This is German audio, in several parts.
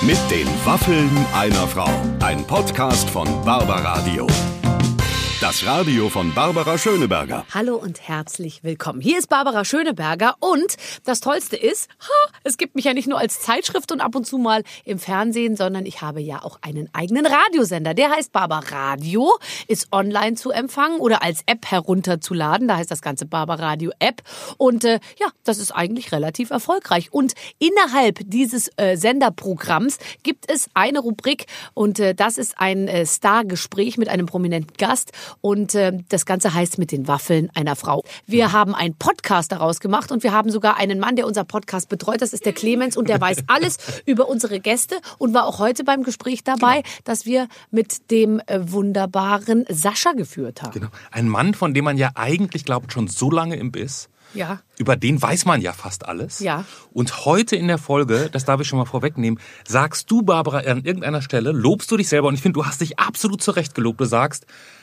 Mit den Waffeln einer Frau. Ein Podcast von Barbaradio. Das Radio von Barbara Schöneberger. Hallo und herzlich willkommen. Hier ist Barbara Schöneberger und das Tollste ist, es gibt mich ja nicht nur als Zeitschrift und ab und zu mal im Fernsehen, sondern ich habe ja auch einen eigenen Radiosender. Der heißt Barbaradio, ist online zu empfangen oder als App herunterzuladen. Da heißt das Ganze Barbaradio App und das ist eigentlich relativ erfolgreich. Und innerhalb dieses Senderprogramms gibt es eine Rubrik und das ist ein Stargespräch mit einem prominenten Gast. Und das Ganze heißt mit den Waffeln einer Frau. Wir haben einen Podcast daraus gemacht und wir haben sogar einen Mann, der unser Podcast betreut. Das ist der Clemens und der weiß alles über unsere Gäste und war auch heute beim Gespräch dabei, das wir mit dem wunderbaren Sascha geführt haben. Genau. Ein Mann, von dem man ja eigentlich glaubt, schon so lange im Biss. Ja. Über den weiß man ja fast alles. Ja. Und heute in der Folge, das darf ich schon mal vorwegnehmen, sagst du, Barbara, an irgendeiner Stelle, lobst du dich selber und ich finde, du hast dich absolut zurecht gelobt. Du sagst,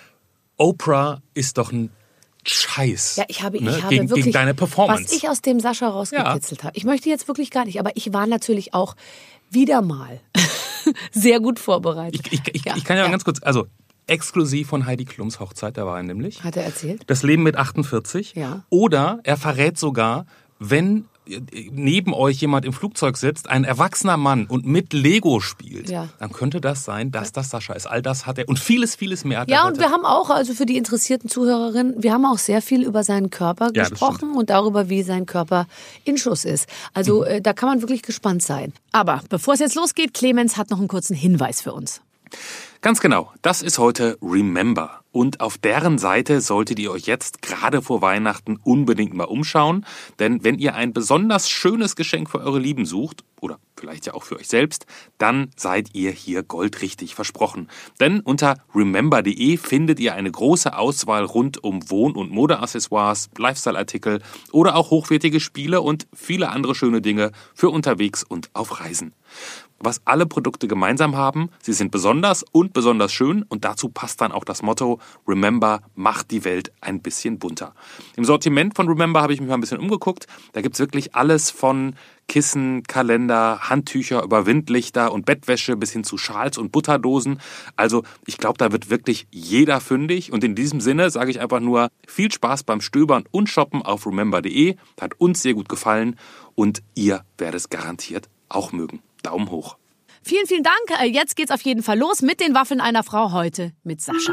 Oprah ist doch ein Scheiß. Ja, ich habe wirklich, gegen deine Performance. Was ich aus dem Sascha rausgekitzelt habe. Ich möchte jetzt wirklich gar nicht, aber ich war natürlich auch wieder mal sehr gut vorbereitet. Ich kann ja ganz kurz, also exklusiv von Heidi Klums Hochzeit, da war er nämlich. Hat er erzählt? Das Leben mit 48. Ja. Oder er verrät sogar, wenn neben euch jemand im Flugzeug sitzt, ein erwachsener Mann und mit Lego spielt, dann könnte das sein, dass das Sascha ist. All das hat er und vieles, vieles mehr hat er. Ja, und wir haben auch, also für die interessierten Zuhörerinnen, wir haben auch sehr viel über seinen Körper gesprochen und darüber, wie sein Körper in Schuss ist. Also da kann man wirklich gespannt sein. Aber bevor es jetzt losgeht, Clemens hat noch einen kurzen Hinweis für uns. Ganz genau, das ist heute Remember. Und auf deren Seite solltet ihr euch jetzt gerade vor Weihnachten unbedingt mal umschauen. Denn wenn ihr ein besonders schönes Geschenk für eure Lieben sucht, oder vielleicht ja auch für euch selbst, dann seid ihr hier goldrichtig versprochen. Denn unter remember.de findet ihr eine große Auswahl rund um Wohn- und Modeaccessoires, Lifestyle-Artikel oder auch hochwertige Spiele und viele andere schöne Dinge für unterwegs und auf Reisen. Was alle Produkte gemeinsam haben, sie sind besonders und besonders schön und dazu passt dann auch das Motto Remember macht die Welt ein bisschen bunter. Im Sortiment von Remember habe ich mich mal ein bisschen umgeguckt. Da gibt's wirklich alles von Kissen, Kalender, Handtücher über Windlichter und Bettwäsche bis hin zu Schals und Butterdosen. Also ich glaube, da wird wirklich jeder fündig und in diesem Sinne sage ich einfach nur viel Spaß beim Stöbern und Shoppen auf remember.de. Hat uns sehr gut gefallen und ihr werdet es garantiert auch mögen. Daumen hoch. Vielen, vielen Dank. Jetzt geht's auf jeden Fall los mit den Waffeln einer Frau heute mit Sascha.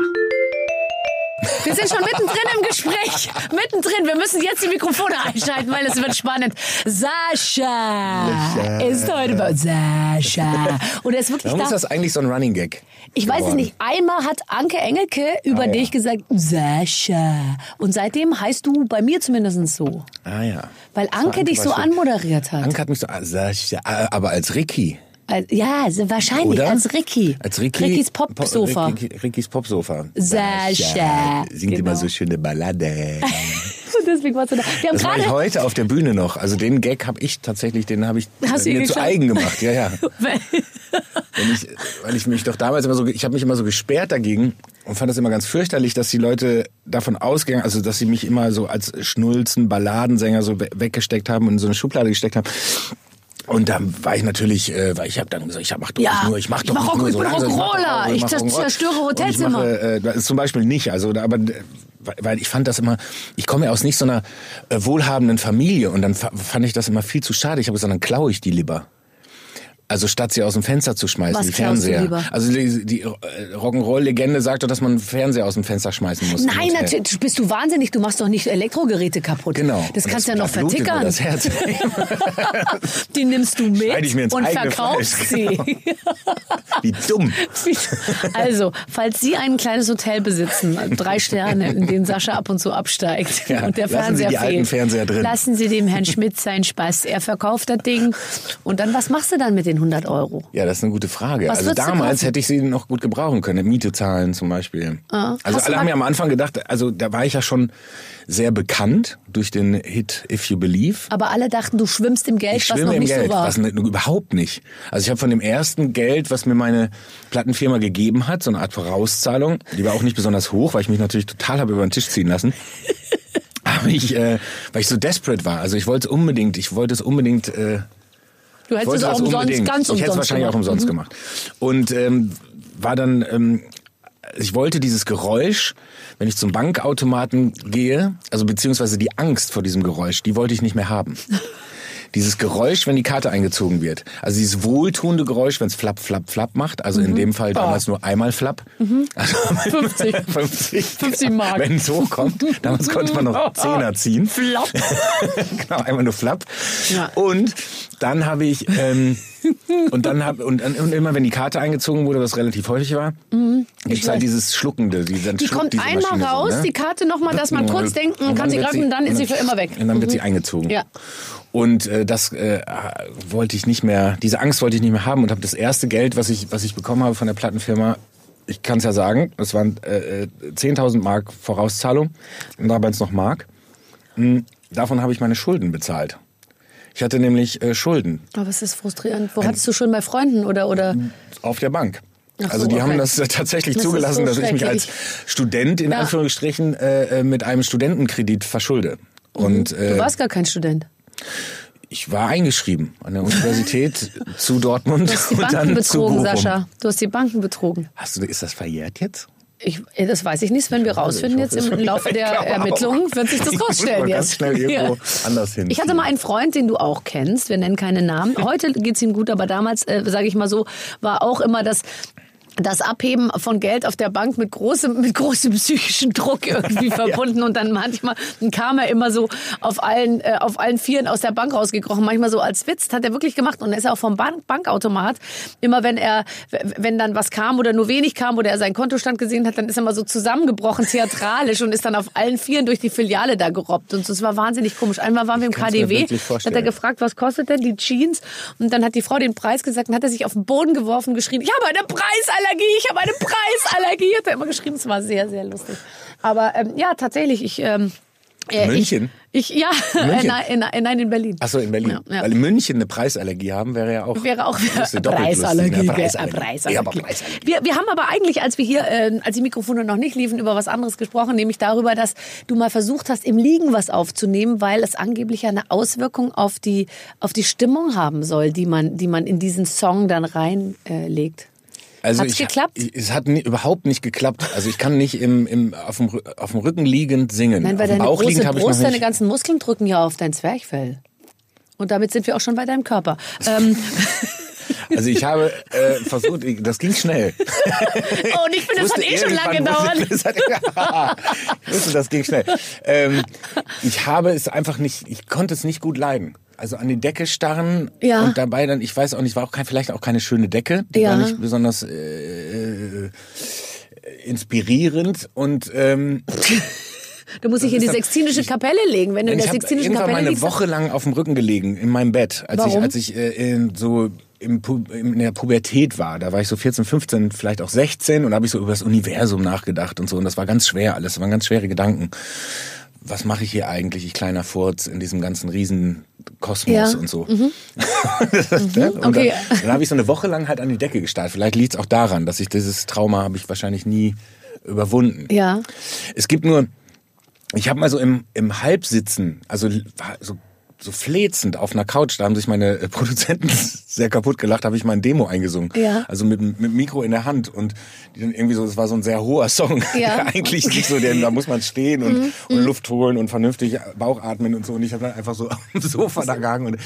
Wir sind schon mittendrin im Gespräch. Mittendrin. Wir müssen jetzt die Mikrofone einschalten, weil es wird spannend. Sascha ist heute bei Sascha. Und er ist wirklich Warum da. ist das eigentlich so ein Running Gag? Ich weiß es nicht. Einmal hat Anke Engelke über dich gesagt, Sascha. Und seitdem heißt du bei mir zumindest so. Ah ja. Weil Anke dich so anmoderiert hat. Anke hat mich so, Sascha, aber als Ricky. Ja, wahrscheinlich, Oder? als Ricky. Als Ricky. Rickys Popsofa. Rickys Popsofa. Sascha. Singt immer so schöne Ballade. Und deswegen warst du da. Wir haben Das mache ich gerade heute auf der Bühne noch. Also den Gag habe ich tatsächlich, mir zu eigen gemacht. Ja, ja. Weil ich mich doch damals ich habe mich immer so gesperrt dagegen und fand das immer ganz fürchterlich, dass die Leute davon ausgingen, also dass sie mich immer so als Schnulzen, Balladensänger so weggesteckt haben und in so eine Schublade gesteckt haben. Und dann war ich natürlich, weil ich habe dann gesagt, ich mach doch nicht nur so Rock'n'Roller, ich zerstöre Hotelzimmer. Das ist zum Beispiel nicht, also aber weil ich fand das immer, ich komme ja aus nicht so einer wohlhabenden Familie und dann fand ich das immer viel zu schade. Ich habe gesagt, dann klaue ich die lieber. Also statt sie aus dem Fenster zu schmeißen, die Fernseher. Also die Rock'n'Roll-Legende sagt doch, dass man einen Fernseher aus dem Fenster schmeißen muss. Nein, natürlich, bist du wahnsinnig, du machst doch nicht Elektrogeräte kaputt. Genau. Das kannst du ja noch vertickern. Das Herz. Die nimmst du mit und verkaufst sie. Wie dumm. Also, falls Sie ein kleines Hotel besitzen, 3 Sterne, in denen Sascha ab und zu absteigt und der Fernseher fehlt. Alten Fernseher drin. Lassen Sie dem Herrn Schmidt seinen Spaß. Er verkauft das Ding. Und dann, was machst du dann mit den 100 €? Ja, das ist eine gute Frage. Was also damals hätte ich sie noch gut gebrauchen können. Miete zahlen zum Beispiel. Also alle haben ja am Anfang gedacht, also da war ich ja schon sehr bekannt durch den Hit If You Believe. Aber alle dachten, du schwimmst im Geld, was noch nicht so war. Was überhaupt nicht. Also ich habe von dem ersten Geld, was mir meine Plattenfirma gegeben hat, so eine Art Vorauszahlung, die war auch nicht besonders hoch, weil ich mich natürlich total habe über den Tisch ziehen lassen. Weil ich so desperate war. Also ich wollte es unbedingt Du hättest es auch umsonst, ganz umsonst. Ich hätte es wahrscheinlich auch umsonst gemacht. Und war dann, ich wollte dieses Geräusch, wenn ich zum Bankautomaten gehe, also beziehungsweise die Angst vor diesem Geräusch, die wollte ich nicht mehr haben. Dieses Geräusch, wenn die Karte eingezogen wird. Also dieses wohltuende Geräusch, wenn es flapp, flapp, flapp macht. Also in dem Fall damals nur einmal flapp. Also 50 Mark. Wenn es hochkommt. Damals konnte man noch Zehner ziehen. Flapp. Genau, einmal nur flapp. Ja. Und dann habe ich, und immer wenn die Karte eingezogen wurde, was relativ häufig war, gibt's halt dieses Schluckende. Die kommt einmal raus, so, ne? Die Karte nochmal, dass man kurz denken kann, sie greifen, und dann ist sie für immer weg. Und dann wird sie eingezogen. Ja. Und das wollte ich nicht mehr, diese Angst wollte ich nicht mehr haben und habe das erste Geld, was ich bekommen habe von der Plattenfirma, ich kann es ja sagen, das waren 10.000 Mark Vorauszahlung, und damals noch Mark. Davon habe ich meine Schulden bezahlt. Ich hatte nämlich Schulden. Aber es ist frustrierend. Wo hattest du Schulden, bei Freunden oder? Auf der Bank. Ach so, also die haben das tatsächlich zugelassen, dass ich mich als Student in Anführungsstrichen mit einem Studentenkredit verschulde. Und, du warst gar kein Student. Ich war eingeschrieben an der Universität zu Dortmund. Du hast die Banken betrogen, Sascha. Du hast die Banken betrogen. Ist das verjährt jetzt? Das weiß ich nicht. Wenn wir rausfinden jetzt im Laufe der Ermittlungen, wird sich das rausstellen jetzt. Ganz schnell irgendwo anders hin. Ich hatte mal einen Freund, den du auch kennst. Wir nennen keine Namen. Heute geht's ihm gut, aber damals, sage ich mal so, war auch immer das Abheben von Geld auf der Bank mit großem psychischen Druck irgendwie verbunden. Ja. Und dann manchmal kam er immer so auf allen Vieren aus der Bank rausgekrochen. Manchmal so als Witz. Das hat er wirklich gemacht. Und er ist auch vom Bankautomat. Immer wenn dann was kam oder nur wenig kam oder er seinen Kontostand gesehen hat, dann ist er immer so zusammengebrochen, theatralisch, und ist dann auf allen Vieren durch die Filiale da gerobbt. Und das war wahnsinnig komisch. Einmal waren wir im KDW, hat er gefragt, was kostet denn die Jeans? Und dann hat die Frau den Preis gesagt und hat er sich auf den Boden geworfen, geschrien, ich habe eine ich habe eine Preisallergie, hat er immer geschrieben. Es war sehr, sehr lustig. Aber ja, tatsächlich, München? Nein, in Berlin. Ach so, in Berlin. Ja. Weil in München eine Preisallergie haben, wäre auch Preisallergie. Wir haben aber eigentlich, als wir hier, als die Mikrofone noch nicht liefen, über was anderes gesprochen, nämlich darüber, dass du mal versucht hast, im Liegen was aufzunehmen, weil es angeblich eine Auswirkung auf die Stimmung haben soll, die man in diesen Song dann reinlegt. Also hat's geklappt? Es hat überhaupt nicht geklappt. Also ich kann nicht auf dem Rücken liegend singen. Nein, weil deine große Brust, deine ganzen Muskeln drücken ja auf dein Zwerchfell. Und damit sind wir auch schon bei deinem Körper. Also ich habe versucht, das ging schnell. Oh, und ich finde, das hat schon lange gedauert. Ich wusste, das ging schnell. Ich habe es einfach nicht, ich konnte es nicht gut leiden. Also an die Decke starren und dabei dann, ich weiß auch nicht, war auch vielleicht auch keine schöne Decke. Die war nicht besonders inspirierend und du musst dich in die Sixtinische Kapelle legen, wenn du in der Sixtinischen Kapelle liegst. Ich habe eine Woche lang auf dem Rücken gelegen in meinem Bett, als ich in der Pubertät war. Da war ich so 14, 15, vielleicht auch 16 und da habe ich so über das Universum nachgedacht und so. Und das war ganz schwer alles, das waren ganz schwere Gedanken. Was mache ich hier eigentlich, ich kleiner Furz, in diesem ganzen Riesenkosmos und so. Und okay. Dann habe ich so eine Woche lang halt an die Decke gestarrt. Vielleicht liegt es auch daran, dass ich dieses Trauma habe ich wahrscheinlich nie überwunden. Ja. Es gibt nur, ich habe mal so im Halbsitzen, also so flezend auf einer Couch, da haben sich meine Produzenten sehr kaputt gelacht, habe ich mal ein Demo eingesungen. Ja. Also mit Mikro in der Hand und die dann irgendwie so, es war so ein sehr hoher Song. Ja. Eigentlich nicht so, da muss man stehen und Luft holen und vernünftig Bauch atmen und so. Und ich habe dann einfach so auf dem Sofa da gehangen und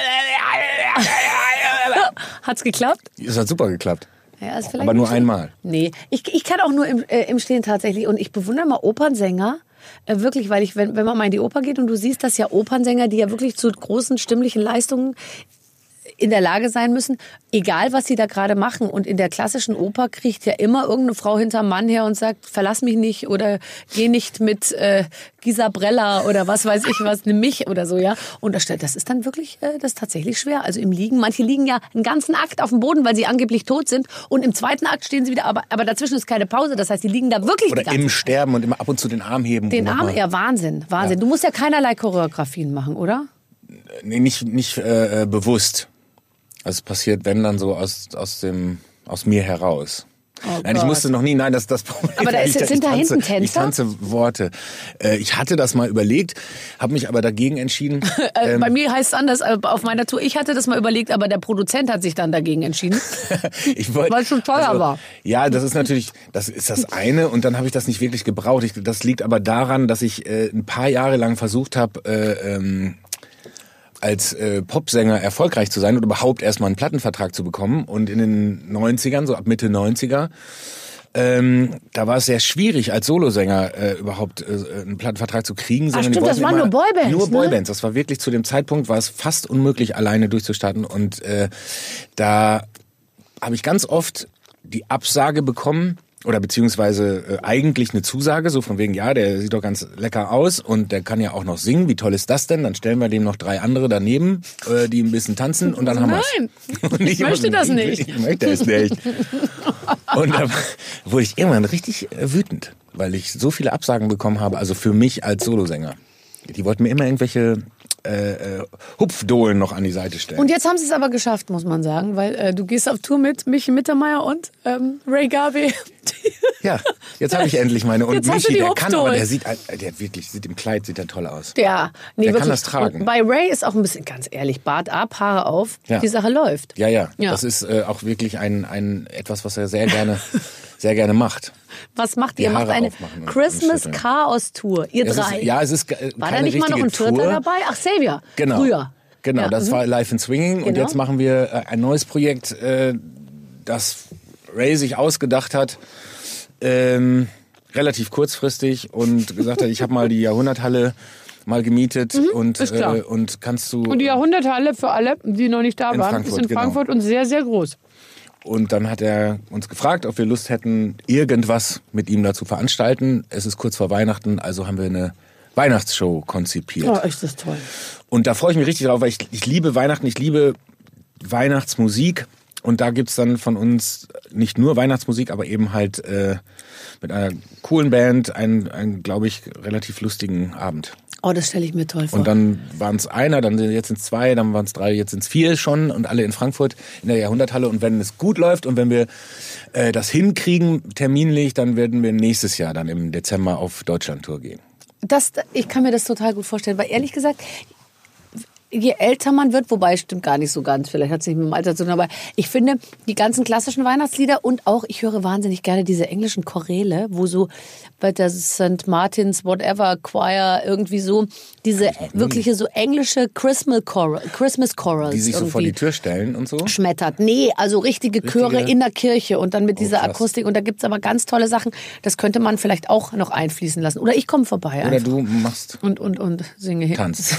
hat's geklappt? Es hat super geklappt. Ja, ist aber nur einmal. Nee, ich kann auch nur im Stehen tatsächlich. Und ich bewundere mal Opernsänger, wirklich, weil wenn man mal in die Oper geht und du siehst, dass ja Opernsänger, die ja wirklich zu großen stimmlichen Leistungen in der Lage sein müssen, egal was sie da gerade machen. Und in der klassischen Oper kriegt ja immer irgendeine Frau hinterm Mann her und sagt, verlass mich nicht oder geh nicht mit Gisabrella oder was weiß ich was, nimm mich oder so, ja. Und das ist dann wirklich, das ist tatsächlich schwer. Also im Liegen, manche liegen ja einen ganzen Akt auf dem Boden, weil sie angeblich tot sind. Und im zweiten Akt stehen sie wieder, aber dazwischen ist keine Pause. Das heißt, die liegen da wirklich oder im Sterben und immer ab und zu den Arm heben. Den Arm, ja, Wahnsinn. Ja. Du musst ja keinerlei Choreografien machen, oder? Nee, nicht bewusst. Also es passiert, wenn dann so aus mir heraus. Nein, ich musste noch nie, nein, das Problem. Aber sind da hinten Tänzer? Ich tanze Worte. Ich hatte das mal überlegt, habe mich aber dagegen entschieden. Bei mir heißt es anders, auf meiner Tour, ich hatte das mal überlegt, aber der Produzent hat sich dann dagegen entschieden. Weil es schon teuer war. Ja, das ist natürlich, das ist das eine und dann habe ich das nicht wirklich gebraucht. Das liegt aber daran, dass ich ein paar Jahre lang versucht habe, als Popsänger erfolgreich zu sein und überhaupt erstmal einen Plattenvertrag zu bekommen. Und in den 90ern, so ab Mitte 90er, da war es sehr schwierig, als Solosänger überhaupt einen Plattenvertrag zu kriegen. Ach stimmt, das waren nur Boybands. Nur Boybands. Das war wirklich zu dem Zeitpunkt, war es fast unmöglich, alleine durchzustarten. Und da habe ich ganz oft die Absage bekommen, oder beziehungsweise eigentlich eine Zusage, so von wegen, ja, der sieht doch ganz lecker aus und der kann ja auch noch singen. Wie toll ist das denn? Dann stellen wir dem noch 3 andere daneben, die ein bisschen tanzen und dann haben wir's. Nein, ich möchte das nicht. Ich möchte es nicht. Und da wurde ich irgendwann richtig wütend, weil ich so viele Absagen bekommen habe, also für mich als Solosänger. Die wollten mir immer irgendwelche Hupfdohlen noch an die Seite stellen. Und jetzt haben sie es aber geschafft, muss man sagen, weil du gehst auf Tour mit Michi Mittermeier und Ray Garvey. Ja, jetzt habe ich endlich meine. Und jetzt Michi, der kann, aber der wirklich, im Kleid sieht er toll aus. Ja, nee, der wirklich. kann das tragen. Und bei Ray ist auch ein bisschen, ganz ehrlich, Bart ab, Haare auf, die Sache läuft. Ja. Das ist auch wirklich ein etwas, was er sehr gerne macht. Was macht ihr? Ihr macht eine Christmas Chaos Tour, ihr 3. Es ist war da nicht mal noch ein Vierter dabei? Ach, Xavier. Genau. Früher. Genau, das war Live in Swinging. Genau. Und jetzt machen wir ein neues Projekt, das Ray sich ausgedacht hat, relativ kurzfristig und gesagt hat, ich habe mal die Jahrhunderthalle mal gemietet und kannst du... Und die Jahrhunderthalle für alle, die noch nicht da waren, ist in Frankfurt und sehr, sehr groß. Und dann hat er uns gefragt, ob wir Lust hätten, irgendwas mit ihm dazu veranstalten. Es ist kurz vor Weihnachten, also haben wir eine Weihnachtsshow konzipiert. Oh, ist das toll. Und da freue ich mich richtig drauf, weil ich liebe Weihnachten, ich liebe Weihnachtsmusik. Und da gibt's dann von uns nicht nur Weihnachtsmusik, aber eben halt mit einer coolen Band einen, glaube ich, relativ lustigen Abend. Oh, das stelle ich mir toll vor. Und dann waren es einer, jetzt sind es 2, dann waren es 3, jetzt sind es 4 schon und alle in Frankfurt in der Jahrhunderthalle. Und wenn es gut läuft und wenn wir das hinkriegen, terminlich, dann werden wir nächstes Jahr dann im Dezember auf Deutschland-Tour gehen. Ich kann mir das total gut vorstellen, weil ehrlich gesagt, je älter man wird, wobei stimmt gar nicht so ganz, vielleicht hat es nicht mit dem Alter zu tun, aber ich finde die ganzen klassischen Weihnachtslieder und auch, ich höre wahnsinnig gerne diese englischen Choräle, wo so bei der St. Martin's Whatever Choir irgendwie so diese wirkliche so englische Christmas Chorals. Die sich so vor die Tür stellen und so? Schmettert. Nee, also richtige Chöre in der Kirche und dann mit dieser Akustik und da gibt's aber ganz tolle Sachen, das könnte man vielleicht auch noch einfließen lassen. Oder ich komme vorbei. Oder du machst. Und singe hin. Tanz.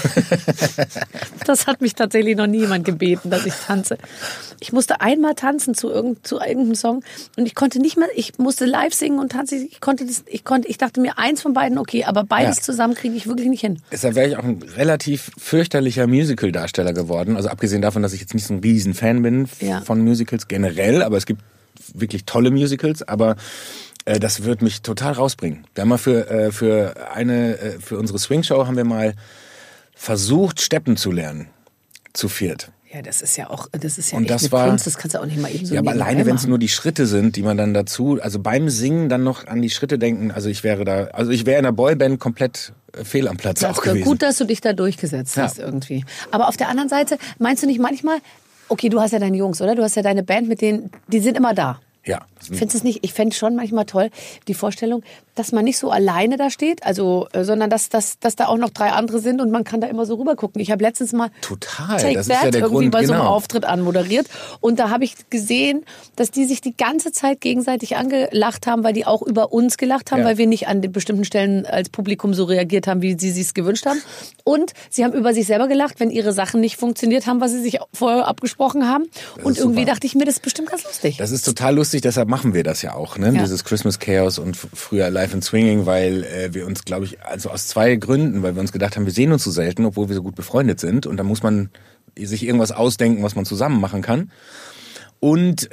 Das hat mich tatsächlich noch nie jemand gebeten, dass ich tanze. Ich musste einmal tanzen zu irgendeinem Song und ich konnte nicht mehr, ich musste live singen und tanzen. Ich dachte mir, eins von beiden okay, aber beides zusammen kriege ich wirklich nicht hin. Deshalb wäre ich auch ein relativ fürchterlicher Musical-Darsteller geworden. Also abgesehen davon, dass ich jetzt nicht so ein riesen Fan bin von Musicals generell, aber es gibt wirklich tolle Musicals, aber das wird mich total rausbringen. Wir haben mal für unsere Swing-Show haben wir mal versucht, Steppen zu lernen. Zu 4. Ja, das ist ja echt und das eine Kunst, das kannst du auch nicht mal eben so. Ja, aber alleine, wenn es nur die Schritte sind, die man dann dazu, also beim Singen dann noch an die Schritte denken, ich wäre in der Boyband komplett fehl am Platz auch gewesen. Gut, dass du dich da durchgesetzt hast irgendwie. Aber auf der anderen Seite, meinst du nicht manchmal, okay, du hast ja deine Jungs, oder? Du hast ja deine Band, mit denen, die sind immer da. Ja. Findest du es nicht? Ich fände schon manchmal toll, die Vorstellung, dass man nicht so alleine da steht, sondern dass da auch noch 3 andere sind und man kann da immer so rüber gucken. Ich habe letztens mal Take das That irgendwie bei so einem Auftritt anmoderiert und da habe ich gesehen, dass die sich die ganze Zeit gegenseitig angelacht haben, weil die auch über uns gelacht haben, weil wir nicht an den bestimmten Stellen als Publikum so reagiert haben, wie sie es gewünscht haben. Und sie haben über sich selber gelacht, wenn ihre Sachen nicht funktioniert haben, was sie sich vorher abgesprochen haben. Und irgendwie dachte ich mir, das ist bestimmt ganz lustig. Das ist total lustig, deshalb machen wir das ja auch, ne? Dieses Christmas Chaos und früher Live in Swinging, weil wir uns, glaube ich, also aus 2 Gründen, weil wir uns gedacht haben, wir sehen uns so selten, obwohl wir so gut befreundet sind und da muss man sich irgendwas ausdenken, was man zusammen machen kann. Und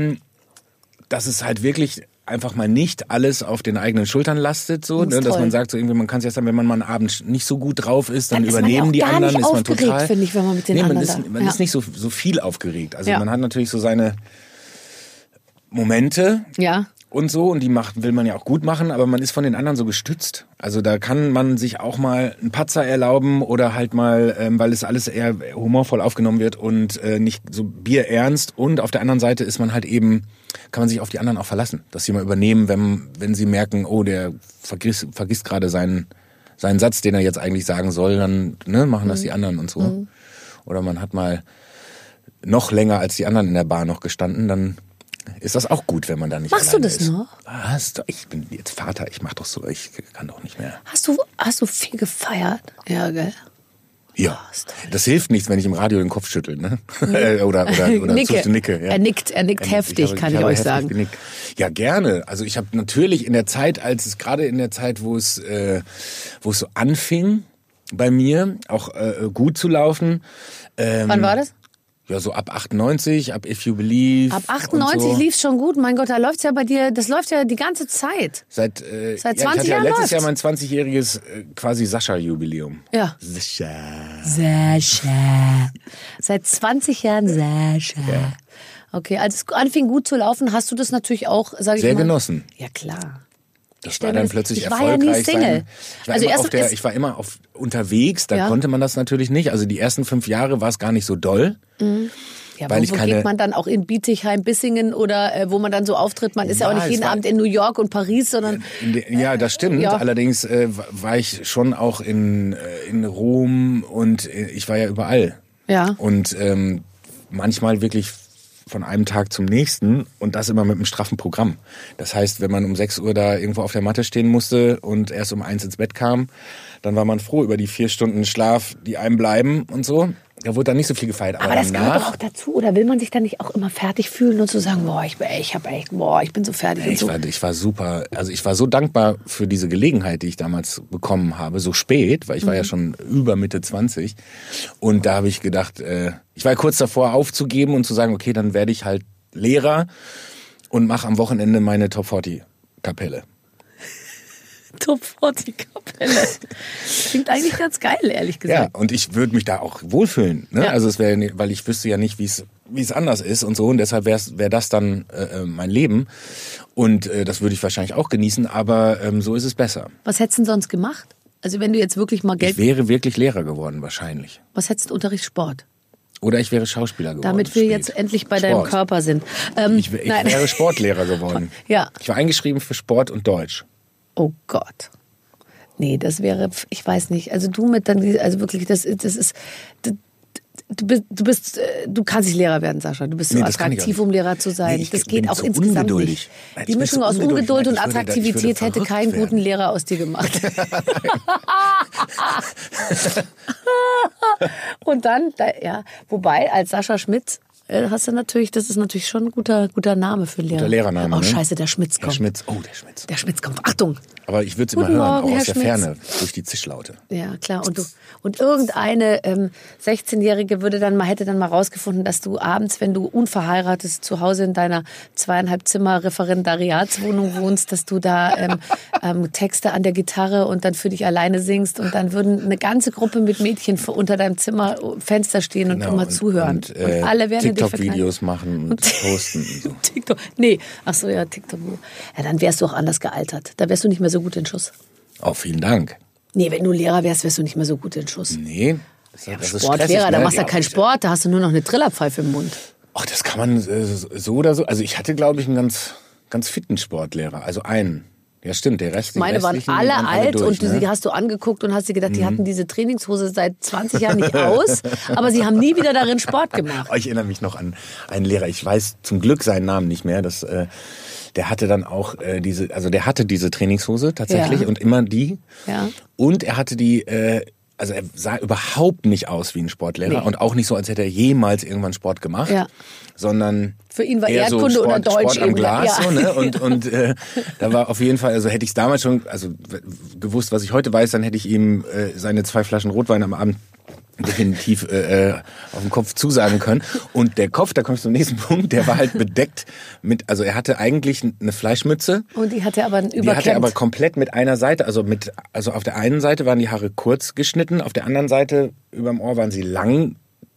dass es halt wirklich einfach mal nicht alles auf den eigenen Schultern lastet, so, ne? Dass man sagt, so irgendwie, man kann es ja sagen, wenn man mal einen Abend nicht so gut drauf ist, dann übernehmen die anderen, ist man total. Finde ich, wenn man mit den anderen man ist nicht so viel aufgeregt. Also man hat natürlich so seine Momente. Ja. Und so, und die will man ja auch gut machen, aber man ist von den anderen so gestützt. Also da kann man sich auch mal einen Patzer erlauben oder halt mal, weil es alles eher humorvoll aufgenommen wird und nicht so bierernst. Und auf der anderen Seite ist man halt eben, kann man sich auf die anderen auch verlassen, dass sie mal übernehmen, wenn sie merken, oh, der vergisst gerade seinen Satz, den er jetzt eigentlich sagen soll, dann machen das die anderen und so. Mhm. Oder man hat mal noch länger als die anderen in der Bar noch gestanden, dann ist das auch gut, wenn man da nicht Machst du das ist. noch? Was? Ich bin jetzt Vater, ich mach doch so, ich kann doch nicht mehr. Hast du viel gefeiert? Ja, gell? Ja, das hilft nichts, wenn ich im Radio den Kopf schüttel, ne? oder nicke. Ja. Er nickt heftig, kann ich euch sagen. Genickt. Ja, gerne. Also ich habe natürlich in der Zeit, gerade in der Zeit, wo es so anfing bei mir, auch gut zu laufen. Wann war das? Ja, so ab 98, ab If You Believe. Ab 98 so. Lief's schon gut. Mein Gott, da läuft's ja bei dir, das läuft ja die ganze Zeit. Seit 20 ich hatte Jahren ja letztes läuft's. Jahr mein 20-jähriges quasi Sascha-Jubiläum. Ja. Sascha. Seit 20 Jahren Sascha. Ja. Okay, als es anfing gut zu laufen, hast du das natürlich auch, sag ich mal. Sehr genossen. Ja, klar. Das war dann plötzlich ich war erfolgreich. Ja nie Single. Ich war immer unterwegs, da konnte man das natürlich nicht. Also die ersten 5 Jahre war es gar nicht so doll. Mhm. Ja, wo geht man dann auch in Bietigheim, Bissingen oder wo man dann so auftritt? Man ist ja auch nicht jeden Abend in New York und Paris, sondern... Ja, das stimmt. Ja. Allerdings war ich schon auch in Rom und ich war ja überall. Ja. Und manchmal wirklich von einem Tag zum nächsten und das immer mit einem straffen Programm. Das heißt, wenn man um 6 Uhr da irgendwo auf der Matte stehen musste und erst um 1 ins Bett kam, dann war man froh über die 4 Stunden Schlaf, die einem bleiben und so. Da wurde dann nicht so viel gefeiert. Aber das gehört doch auch dazu. Oder will man sich dann nicht auch immer fertig fühlen und so sagen, ich bin so fertig und so. Ich war super, also ich war so dankbar für diese Gelegenheit, die ich damals bekommen habe, so spät, weil ich war ja schon über Mitte 20. Und da habe ich gedacht, ich war kurz davor aufzugeben und zu sagen, okay, dann werde ich halt Lehrer und mache am Wochenende meine Top 40 Kapelle. Top 40 Kapelle. Klingt eigentlich ganz geil, ehrlich gesagt. Ja, und ich würde mich da auch wohlfühlen. Ne? Ja. Also es wäre, weil ich wüsste ja nicht, wie es anders ist und so. Und deshalb wäre das dann mein Leben. Und das würde ich wahrscheinlich auch genießen, aber so ist es besser. Was hättest du denn sonst gemacht? Also wenn du jetzt wirklich mal Geld... Ich wäre wirklich Lehrer geworden, wahrscheinlich. Was hättest du Unterricht Sport? Oder ich wäre Schauspieler geworden. Damit wir jetzt endlich bei deinem Körper sind. Ich wäre Sportlehrer geworden. Ja. Ich war eingeschrieben für Sport und Deutsch. Oh Gott. Nee, das wäre, ich weiß nicht. Also du mit dann, also wirklich, das ist, du kannst nicht Lehrer werden, Sascha. Du bist so attraktiv, um Lehrer zu sein. Nee, das geht auch insgesamt nicht. Die Mischung aus Ungeduld und Attraktivität hätte keinen guten Lehrer aus dir gemacht. Und dann, wobei, als Sascha Schmitz, hast du natürlich, das ist natürlich schon ein guter Name für einen Lehrer. Guter Lehrername. Oh, scheiße, der Schmitz kommt. Der Schmitz. Der Schmitz kommt. Achtung! Aber ich würde es immer hören, Morgen, auch Herr aus der Schmitz. Ferne, durch die Zischlaute. Ja, klar. Und irgendeine 16-Jährige hätte dann mal rausgefunden, dass du abends, wenn du unverheiratet zu Hause in deiner 2,5 Zimmer Referendariatswohnung wohnst, dass du da Texte an der Gitarre und dann für dich alleine singst und dann würden eine ganze Gruppe mit Mädchen unter deinem Zimmerfenster stehen und immer zuhören. Und alle werden TikTok-Videos machen und posten und so. TikTok. Nee, ach so, ja, TikTok. Ja, dann wärst du auch anders gealtert. Da wärst du nicht mehr so gut in Schuss. Oh, vielen Dank. Nee, wenn du Lehrer wärst du nicht mehr so gut in Schuss. Nee. Das ist Sportlehrer, da machst du ja keinen Sport, da hast du nur noch eine Trillerpfeife im Mund. Ach, das kann man so oder so. Also ich hatte, glaube ich, einen ganz fitten Sportlehrer. Also einen. Ja, stimmt, der Rest. Meine waren alle alt und die hast du angeguckt und hast dir gedacht, die hatten diese Trainingshose seit 20 Jahren nicht aus, aber sie haben nie wieder darin Sport gemacht. Ich erinnere mich noch an einen Lehrer, ich weiß zum Glück seinen Namen nicht mehr, der hatte dann auch der hatte diese Trainingshose tatsächlich und immer die. Ja. Und er hatte die, also er sah überhaupt nicht aus wie ein Sportlehrer und auch nicht so, als hätte er jemals irgendwann Sport gemacht, sondern für ihn war eher Erdkunde so oder Deutsch Sport am Glas, so, ne? Und da war auf jeden Fall, also hätte ich es damals schon, also gewusst, was ich heute weiß, dann hätte ich ihm seine 2 Flaschen Rotwein am Abend definitiv auf den Kopf zusagen können. Und der Kopf, da komme ich zum nächsten Punkt, der war halt bedeckt mit, also er hatte eigentlich eine Fleischmütze. Und die hatte aber Die hatte er aber komplett mit einer Seite, also auf der einen Seite waren die Haare kurz geschnitten, auf der anderen Seite überm Ohr waren sie lang,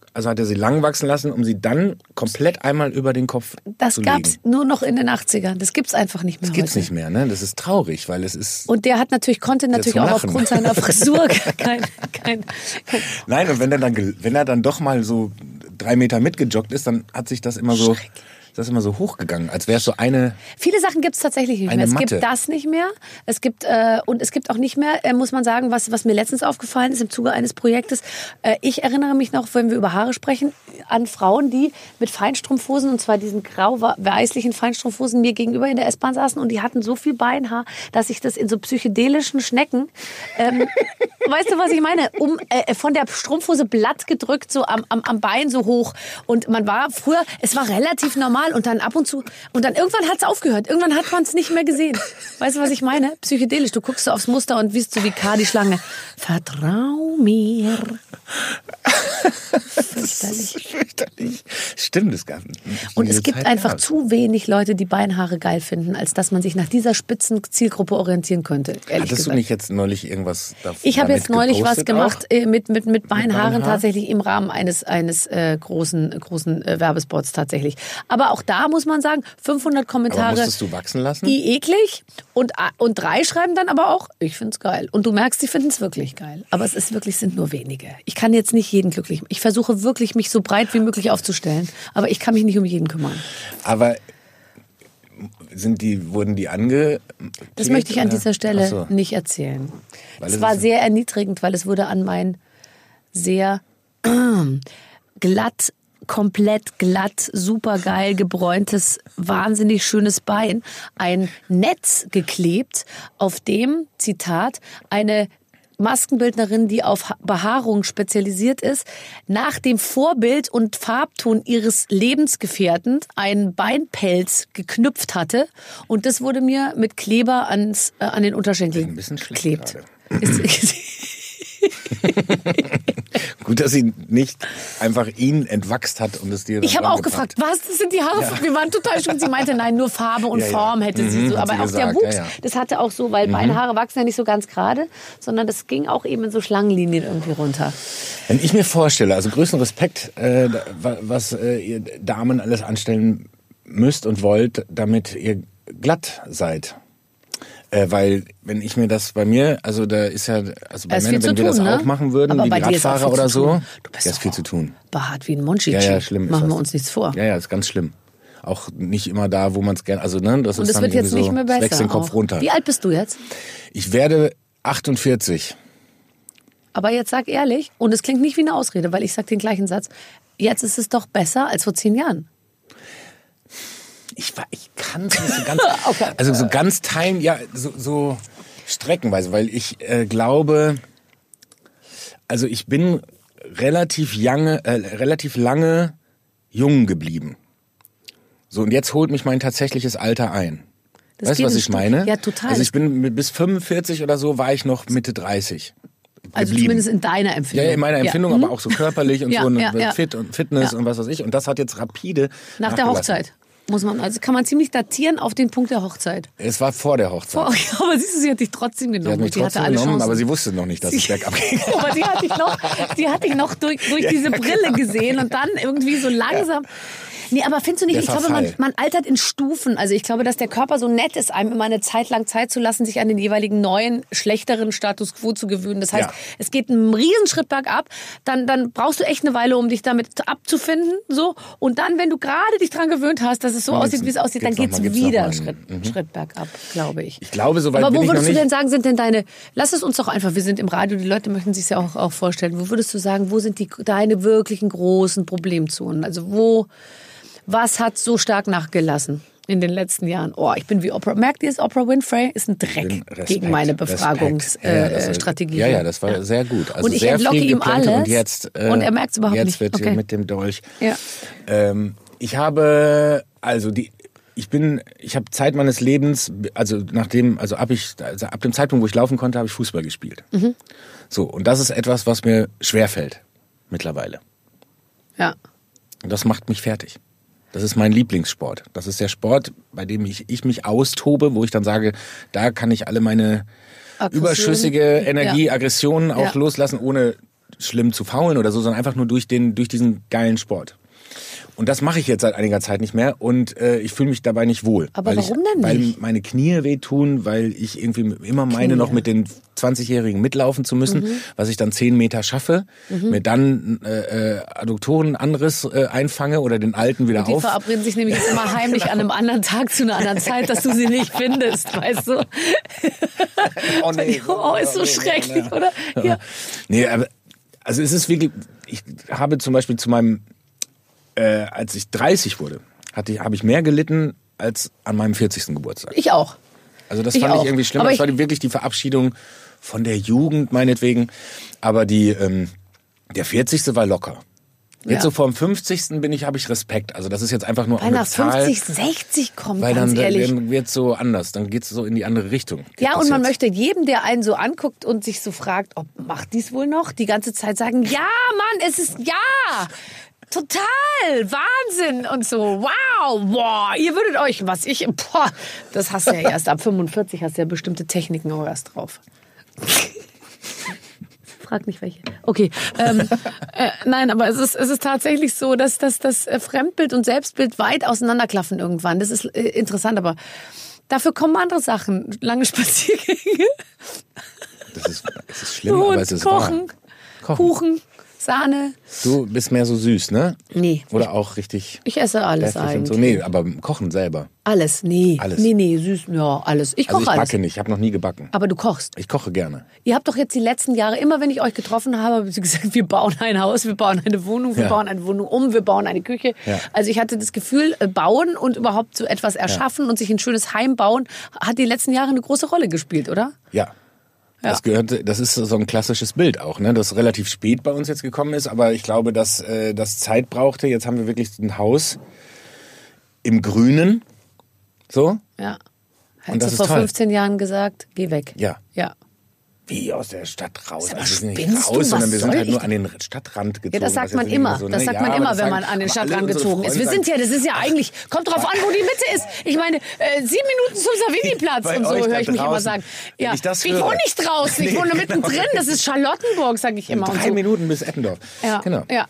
also hat er sie lang wachsen lassen, um sie dann komplett einmal über den Kopf Das zu legen. gab's nur noch in den 80ern. Das gibt's einfach nicht mehr Das gibt's heute. nicht mehr, ne? Das ist traurig, weil es ist... Und der konnte natürlich zum auch Lachen. aufgrund seiner Frisur kein Nein, und wenn er dann doch mal so 3 Meter mitgejoggt ist, dann hat sich das immer so... Das ist immer so hochgegangen, als wäre es so eine... Viele Sachen gibt's tatsächlich nicht mehr. Eine Es Matte. gibt das nicht mehr. Es gibt auch nicht mehr, muss man sagen, was mir letztens aufgefallen ist im Zuge eines Projektes. Ich erinnere mich noch, wenn wir über Haare sprechen, an Frauen, die mit Feinstrumpfhosen, und zwar diesen grau-weißlichen Feinstrumpfhosen, mir gegenüber in der S-Bahn saßen und die hatten so viel Beinhaar, dass ich das in so psychedelischen Schnecken, weißt du, was ich meine? Von der Strumpfhose Blatt gedrückt, so am Bein so hoch. Und man war früher, es war relativ normal. Und dann ab und zu, und dann irgendwann hat's aufgehört. Irgendwann hat man es nicht mehr gesehen. Weißt du, was ich meine? Psychedelisch. Du guckst so aufs Muster und bist so wie K, die Schlange. Vertrau mir. Fürchterlich. Stimmt, es gab... Und es gibt einfach zu wenig Leute, die Beinhaare geil finden, als dass man sich nach dieser spitzen Zielgruppe orientieren könnte. Hattest du nicht jetzt neulich irgendwas davon? Ich habe jetzt neulich was gemacht mit Beinhaaren Beinhaar? tatsächlich im Rahmen eines großen Werbespots tatsächlich. Aber auch da muss man sagen, 500 Kommentare. Aber musstest du wachsen lassen? Eklig. Und 3 schreiben dann aber auch, ich find's geil. Und du merkst, sie finden's wirklich geil. Aber es sind nur wenige. Ich kann jetzt nicht jeden glücklich machen. Ich versuche wirklich, mich so breit wie möglich aufzustellen. Aber ich kann mich nicht um jeden kümmern. Aber wurden die ange... Das möchte ich an dieser Stelle Ach so. nicht erzählen. Weil Es es war ist- sehr erniedrigend, weil es wurde an mein sehr komplett glatt, supergeil gebräuntes, wahnsinnig schönes Bein ein Netz geklebt, auf dem, Zitat, eine Maskenbildnerin, die auf Behaarung spezialisiert ist, nach dem Vorbild und Farbton ihres Lebensgefährten einen Beinpelz geknüpft hatte. Und das wurde mir mit Kleber an den Unterschenkel Ein bisschen schlecht geklebt. gerade. Gut, dass sie nicht einfach ihn entwachst hat und es dir Ich dann habe auch rangebracht. gefragt, was, das sind die Haare? Wir waren total schön. Sie meinte, nein, nur Farbe und Ja, ja. Form hätte sie so. hat Aber sie auch der gesagt, Wuchs, ja, ja. das hatte auch so, weil Beinhaare wachsen ja nicht so ganz gerade, sondern das ging auch eben in so Schlangenlinien irgendwie runter. Wenn ich mir vorstelle, also größten Respekt, was ihr Damen alles anstellen müsst und wollt, damit ihr glatt seid. Weil, wenn ich mir das bei mir, also da ist ja, also bei Da ist Männern, viel wenn zu wir das tun, ne? auch machen würden, Aber wie bei die dir ist auch Radfahrer viel oder zu so, tun. Du bist da ist doch viel zu tun. Behaart wie ein Monchichi. Ja, schlimm ist Machen das. wir uns nichts vor. Ja, ist ganz schlimm. Auch nicht immer da, wo man es gerne, also ne, das Und ist es dann wird jetzt irgendwie nicht mehr so, es wächst besser. den Kopf auch. runter. Wie alt bist du jetzt? Ich werde 48. Aber jetzt sag ehrlich, und es klingt nicht wie eine Ausrede, weil ich sag den gleichen Satz, jetzt ist es doch besser als vor 10 Jahren. Ich kann es nicht so ganz, also so ganz teilen, ja, so streckenweise, weil ich glaube, also ich bin relativ lange jung geblieben. So, und jetzt holt mich mein tatsächliches Alter ein. Das Weißt du, geht was ein ich Stück- meine? Ja, total. Also ich bin bis 45 oder so, war ich noch Mitte 30. Also geblieben. zumindest in deiner Empfindung. Ja, in meiner Empfindung, aber auch so körperlich und Ja, so und ja. Fit und Fitness und was weiß ich. Und das hat jetzt rapide Nach der nachgelassen. Hochzeit. Also kann man ziemlich datieren auf den Punkt der Hochzeit. Es war vor der Hochzeit. Aber siehst du, sie hat dich trotzdem Sie genommen. hat mich und die hatte trotzdem alle genommen, Chancen. aber sie wusste noch nicht, dass es bergab ging. Aber die hatte ich noch durch diese Brille gesehen und dann irgendwie so langsam. Nee, aber findest du nicht, Der ich glaube, Verfall. man altert in Stufen. Also ich glaube, dass der Körper so nett ist, einem immer eine Zeit lang Zeit zu lassen, sich an den jeweiligen neuen, schlechteren Status quo zu gewöhnen. Das heißt, Ja. es geht einen Riesenschritt bergab, dann brauchst du echt eine Weile, um dich damit abzufinden. So. Und dann, wenn du gerade dich dran gewöhnt hast, dass es so aussieht, wie es aussieht, dann geht's gibt's wieder noch mal einen Schritt bergab, glaube ich. Ich glaube, soweit Aber bin wo ich noch würdest du nicht. denn sagen, sind denn lass es uns doch einfach, wir sind im Radio, die Leute möchten sich ja auch vorstellen, wo würdest du sagen, wo sind deine wirklichen großen Problemzonen? Also was hat so stark nachgelassen in den letzten Jahren? Oh, ich bin wie Oprah. Merkt ihr es? Oprah Winfrey ist ein Dreck Respekt, gegen meine Respekt. Befragungsstrategie. Ja, das war sehr gut. Also Und ich sehr entlocke viel ihm Geplänkel alles und jetzt, und er merkt's überhaupt jetzt nicht. wird Okay. mit dem Dolch. Ja. Ich habe Zeit meines Lebens, ab dem Zeitpunkt, wo ich laufen konnte, habe ich Fußball gespielt. Mhm. So, und das ist etwas, was mir schwerfällt mittlerweile. Ja. Und das macht mich fertig. Das ist mein Lieblingssport. Das ist der Sport, bei dem ich mich austobe, wo ich dann sage, da kann ich alle meine Aggression. überschüssige Energie, Ja. Aggressionen auch Ja. loslassen, ohne schlimm zu faulen oder so, sondern einfach nur durch diesen geilen Sport. Und das mache ich jetzt seit einiger Zeit nicht mehr und ich fühle mich dabei nicht wohl. Aber warum denn nicht? Weil meine Knie wehtun, weil ich irgendwie immer meine, noch mit den 20-Jährigen mitlaufen zu müssen, was ich dann 10 Meter schaffe, mir dann Adduktorenanriss einfange oder den alten wieder Die verabreden sich nämlich jetzt immer heimlich an einem anderen Tag zu einer anderen Zeit, dass du sie nicht findest, weißt du? Oh nee. Oh, ist so schrecklich, oder? Ja. Nee, aber also es ist wirklich, ich habe zum Beispiel zu meinem als ich 30 wurde, habe ich mehr gelitten als an meinem 40. Geburtstag. Ich auch. Also das fand ich irgendwie schlimm. Das war wirklich die Verabschiedung von der Jugend meinetwegen. Aber der 40. war locker. Jetzt so vor dem 50. habe ich Respekt. Also das ist jetzt einfach nur eine Zahl. Weil nach 50, 60 kommt, weil ganz ehrlich. Dann wird es so anders. Dann geht es so in die andere Richtung. Ja, und man möchte jedem, der einen so anguckt und sich so fragt, ob macht dies wohl noch, die ganze Zeit sagen, ja, Mann, es ist ja. Total, Wahnsinn und so, wow, boah, ihr würdet euch, das hast du ja erst ab 45, hast du ja bestimmte Techniken auch erst drauf. Frag nicht welche. Okay, nein, aber es ist tatsächlich so, dass das Fremdbild und Selbstbild weit auseinanderklaffen irgendwann. Das ist interessant, aber dafür kommen andere Sachen, lange Spaziergänge. Es ist schlimm, aber es ist wahr. Kuchen. Sahne. Du bist mehr so süß, ne? Nee. Oder auch richtig... Ich esse alles eigentlich. So. Nee, aber kochen selber. Alles? Nee. Alles. Nee, süß, ja, alles. Ich koche alles. Ich backe nicht, ich habe noch nie gebacken. Aber du kochst? Ich koche gerne. Ihr habt doch jetzt die letzten Jahre, immer wenn ich euch getroffen habe, habt ihr gesagt, wir bauen ein Haus, wir bauen eine Wohnung, wir bauen eine Wohnung um, wir bauen eine Küche. Ja. Also ich hatte das Gefühl, bauen und überhaupt so etwas erschaffen und sich ein schönes Heim bauen, hat die letzten Jahre eine große Rolle gespielt, oder? Ja. Das ist so ein klassisches Bild auch, ne? Das relativ spät bei uns jetzt gekommen ist, aber ich glaube, dass das Zeit brauchte. Jetzt haben wir wirklich ein Haus im Grünen, so. Ja. Hättest du vor 15 Jahren gesagt, geh weg. Ja. Ja. Wie aus der Stadt raus. Aber also wir sind spinnst nicht raus, du, sondern wir sind halt ich? nur an den Stadtrand gezogen. Ja, das sagt man immer. So, das sagt man immer, wenn man an den Stadtrand gezogen ist. Das ist ja eigentlich, kommt drauf an, wo die Mitte ist. Ich meine, 7 Minuten zum Savini-Platz und so höre ich mich immer sagen. Ja, ich wohne nicht draußen, ich wohne mittendrin. Das ist Charlottenburg, sage ich immer. 3 Minuten bis Eppendorf. Ja, genau. Ja.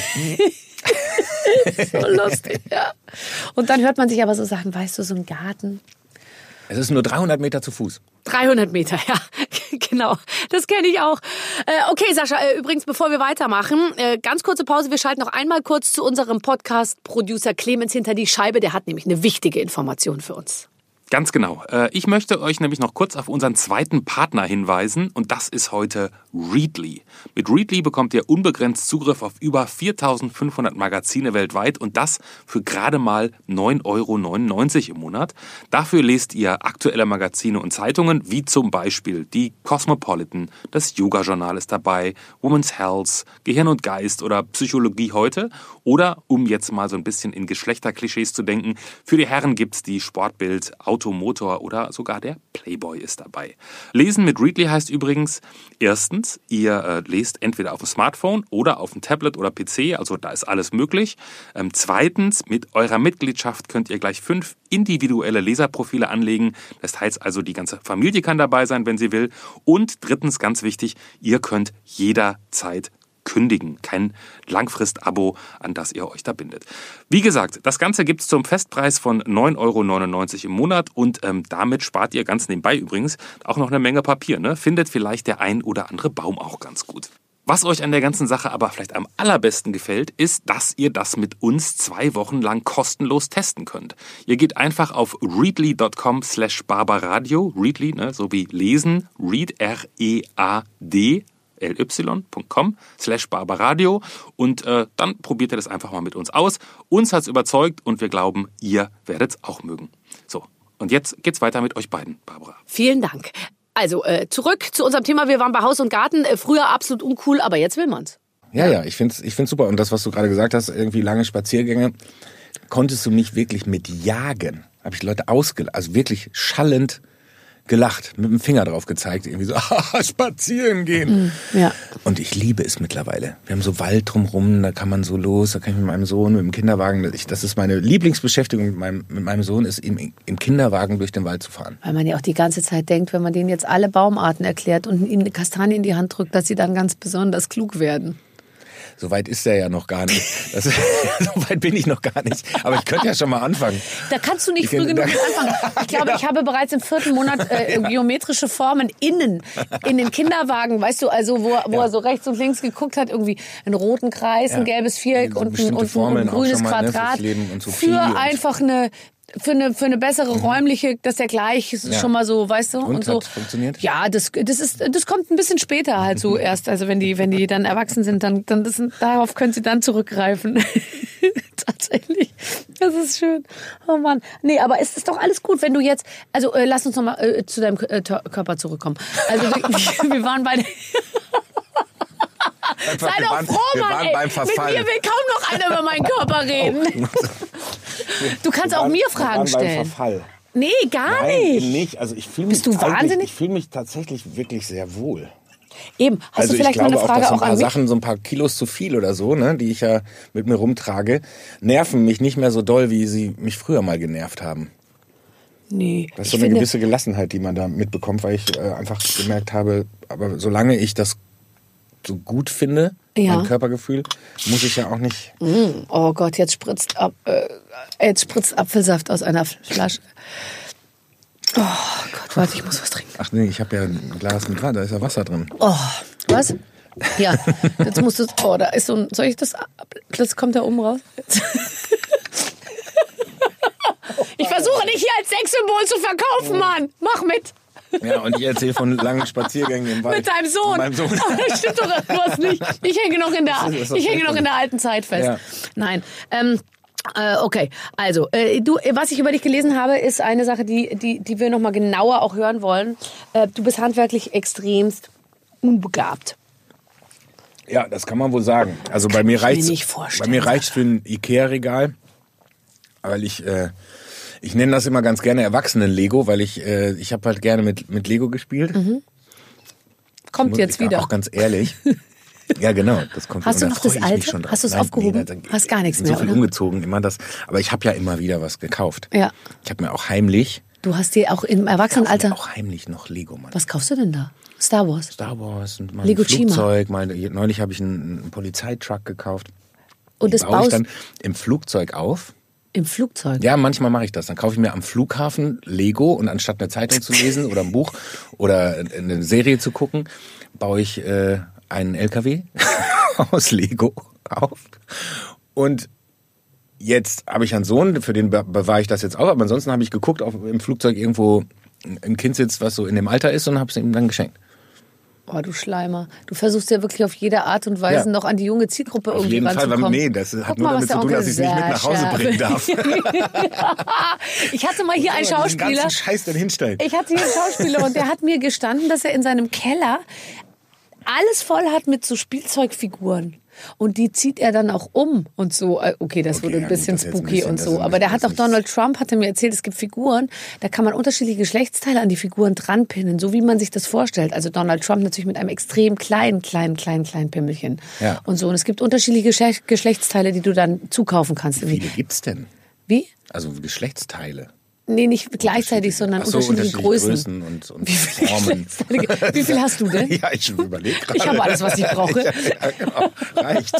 So lustig, ja. Und dann hört man sich aber so sagen, weißt du, so ein Garten. Es ist nur 300 Meter zu Fuß. 300 Meter, ja, genau. Das kenne ich auch. Okay, Sascha, übrigens, bevor wir weitermachen, ganz kurze Pause. Wir schalten noch einmal kurz zu unserem Podcast-Producer Clemens hinter die Scheibe. Der hat nämlich eine wichtige Information für uns. Ganz genau. Ich möchte euch nämlich noch kurz auf unseren zweiten Partner hinweisen und das ist heute Readly. Mit Readly bekommt ihr unbegrenzt Zugriff auf über 4.500 Magazine weltweit und das für gerade mal 9,99 € im Monat. Dafür lest ihr aktuelle Magazine und Zeitungen, wie zum Beispiel die Cosmopolitan, das Yoga-Journal ist dabei, Women's Health, Gehirn und Geist oder Psychologie heute. Oder, um jetzt mal so ein bisschen in Geschlechterklischees zu denken, für die Herren gibt's die Sportbild, Automotor oder sogar der Playboy ist dabei. Lesen mit Readly heißt übrigens, erstens, ihr lest entweder auf dem Smartphone oder auf dem Tablet oder PC, also da ist alles möglich. Zweitens, mit eurer Mitgliedschaft könnt ihr gleich 5 individuelle Leserprofile anlegen. Das heißt also, die ganze Familie kann dabei sein, wenn sie will. Und drittens, ganz wichtig, ihr könnt jederzeit kündigen. Kein Langfrist-Abo, an das ihr euch da bindet. Wie gesagt, das Ganze gibt's zum Festpreis von 9,99 € im Monat und damit spart ihr ganz nebenbei übrigens auch noch eine Menge Papier. Ne? Findet vielleicht der ein oder andere Baum auch ganz gut. Was euch an der ganzen Sache aber vielleicht am allerbesten gefällt, ist, dass ihr das mit uns 2 Wochen lang kostenlos testen könnt. Ihr geht einfach auf readly.com/barbaradio, Readly, ne, so wie lesen, read, R-E-A-D, ly.com/barbaradio und dann probiert ihr das einfach mal mit uns aus. Uns hat's überzeugt und wir glauben, ihr werdet's auch mögen. So, und jetzt geht's weiter mit euch beiden, Barbara. Vielen Dank. Also zurück zu unserem Thema. Wir waren bei Haus und Garten. Früher absolut uncool, aber jetzt will man's. Ja, ich find's super. Und das, was du gerade gesagt hast, irgendwie lange Spaziergänge, konntest du mich wirklich mit jagen. Habe ich Leute also wirklich schallend gelacht, mit dem Finger drauf gezeigt, irgendwie so, spazieren gehen. Ja. Und ich liebe es mittlerweile. Wir haben so Wald drumherum, da kann man so los, da kann ich mit meinem Sohn, mit dem Kinderwagen, das ist meine Lieblingsbeschäftigung mit meinem Sohn, ist im Kinderwagen durch den Wald zu fahren. Weil man ja auch die ganze Zeit denkt, wenn man denen jetzt alle Baumarten erklärt und ihnen eine Kastanie in die Hand drückt, dass sie dann ganz besonders klug werden. So weit ist er ja noch gar nicht. So weit bin ich noch gar nicht. Aber ich könnte ja schon mal anfangen. Da kannst du nicht früh genug mit anfangen. Ich glaube, ich habe bereits im 4. Monat geometrische Formen innen in den Kinderwagen, weißt du, also wo er so rechts und links geguckt hat, irgendwie einen roten Kreis, ein gelbes Viereck so und ein grünes Quadrat. So für einfach für eine bessere räumliche, dass der gleich schon mal so, weißt du, und so. Hat funktioniert? Ja, das kommt ein bisschen später halt so erst, also wenn die dann erwachsen sind, dann darauf können sie dann zurückgreifen. Tatsächlich. Das ist schön. Oh Mann. Nee, aber es ist doch alles gut, wenn du jetzt, also lass uns noch mal zu deinem Körper zurückkommen. Also wir waren bei Sei doch froh, Mann, ey. Mit mir will kaum noch einer über meinen Körper reden. Du kannst auch mir Fragen stellen. Beim Verfall. Nee, gar nicht. Also ich fühle mich Bist du wahnsinnig? Ich fühle mich tatsächlich wirklich sehr wohl. Eben. Hast du vielleicht mal eine Frage auch an mich? Sachen, so ein paar Kilos zu viel oder so, ne, die ich ja mit mir rumtrage, nerven mich nicht mehr so doll, wie sie mich früher mal genervt haben. Nee. Das ist so eine gewisse Gelassenheit, die man da mitbekommt, weil ich einfach gemerkt habe, aber solange ich das so gut finde, mein Körpergefühl, muss ich ja auch nicht... Oh Gott, jetzt spritzt Apfelsaft aus einer Flasche. Oh Gott, warte, ich muss was trinken. Ach nee, ich habe ja ein Glas mit Wasser, da ist ja Wasser drin. Oh, was? Ja, jetzt musst du... Oh, da ist so ein... Soll ich das... Das kommt da oben raus? Ich versuche dich hier als Sexsymbol zu verkaufen, Mann. Mach mit. Ja, und ich erzähle von langen Spaziergängen im Wald. Mit deinem Sohn. Mit meinem Sohn. Oh, das stimmt doch etwas nicht. Ich hänge noch in der alten Zeit fest. Ja. Nein. Okay, also was ich über dich gelesen habe, ist eine Sache, die wir noch mal genauer auch hören wollen. Du bist handwerklich extremst unbegabt. Ja, das kann man wohl sagen. Also bei mir reicht's. Bei mir reicht's für ein Ikea-Regal, weil ich nenne das immer ganz gerne Erwachsenen-Lego, weil ich habe halt gerne mit Lego gespielt. Mhm. Kommt jetzt wieder. Auch ganz ehrlich. Ja, genau. Das kommt. Hast du noch das Alte? Hast du es aufgehoben? Hast gar nichts mehr, so viel umgezogen, immer das. Aber ich habe ja immer wieder was gekauft. Ja. Ich habe mir auch heimlich. Du hast dir auch im Erwachsenenalter... auch heimlich noch Lego, Mann. Was kaufst du denn da? Star Wars? Star Wars und mal Lego ein Flugzeug. Neulich habe ich einen Polizeitruck gekauft. Und das baue ich dann im Flugzeug auf. Im Flugzeug? Ja, manchmal mache ich das. Dann kaufe ich mir am Flughafen Lego und anstatt eine Zeitung zu lesen oder ein Buch oder eine Serie zu gucken, baue ich einen LKW aus Lego auf. Und jetzt habe ich einen Sohn, für den bewahre ich das jetzt auf. Aber ansonsten habe ich geguckt, ob im Flugzeug irgendwo ein Kind sitzt, was so in dem Alter ist, und habe es ihm dann geschenkt. Oh, du Schleimer. Du versuchst ja wirklich auf jede Art und Weise noch an die junge Zielgruppe auf irgendwie ranzukommen. Auf jeden Fall, das hat nur damit zu tun, dass ich es nicht mit nach Hause bringen darf. Ich hatte mal hier einen Schauspieler. Den ganzen Scheiß denn hinstellen. Ich hatte hier einen Schauspieler und der hat mir gestanden, dass er in seinem Keller alles voll hat mit so Spielzeugfiguren. Und die zieht er dann auch um und so. Okay, das wurde ein bisschen spooky und so. Aber der hat auch Donald Trump, hatte mir erzählt, es gibt Figuren, da kann man unterschiedliche Geschlechtsteile an die Figuren dranpinnen, so wie man sich das vorstellt. Also Donald Trump natürlich mit einem extrem kleinen Pimmelchen. Ja. Und so. Und es gibt unterschiedliche Geschlechtsteile, die du dann zukaufen kannst. Wie viele gibt's denn? Wie? Also Geschlechtsteile. Nee, nicht gleichzeitig, sondern unterschiedliche Größen. Und Formen. Wie viel hast du denn? Ja, ich überlege gerade. Ich habe alles, was ich brauche. Ja, genau. Reicht.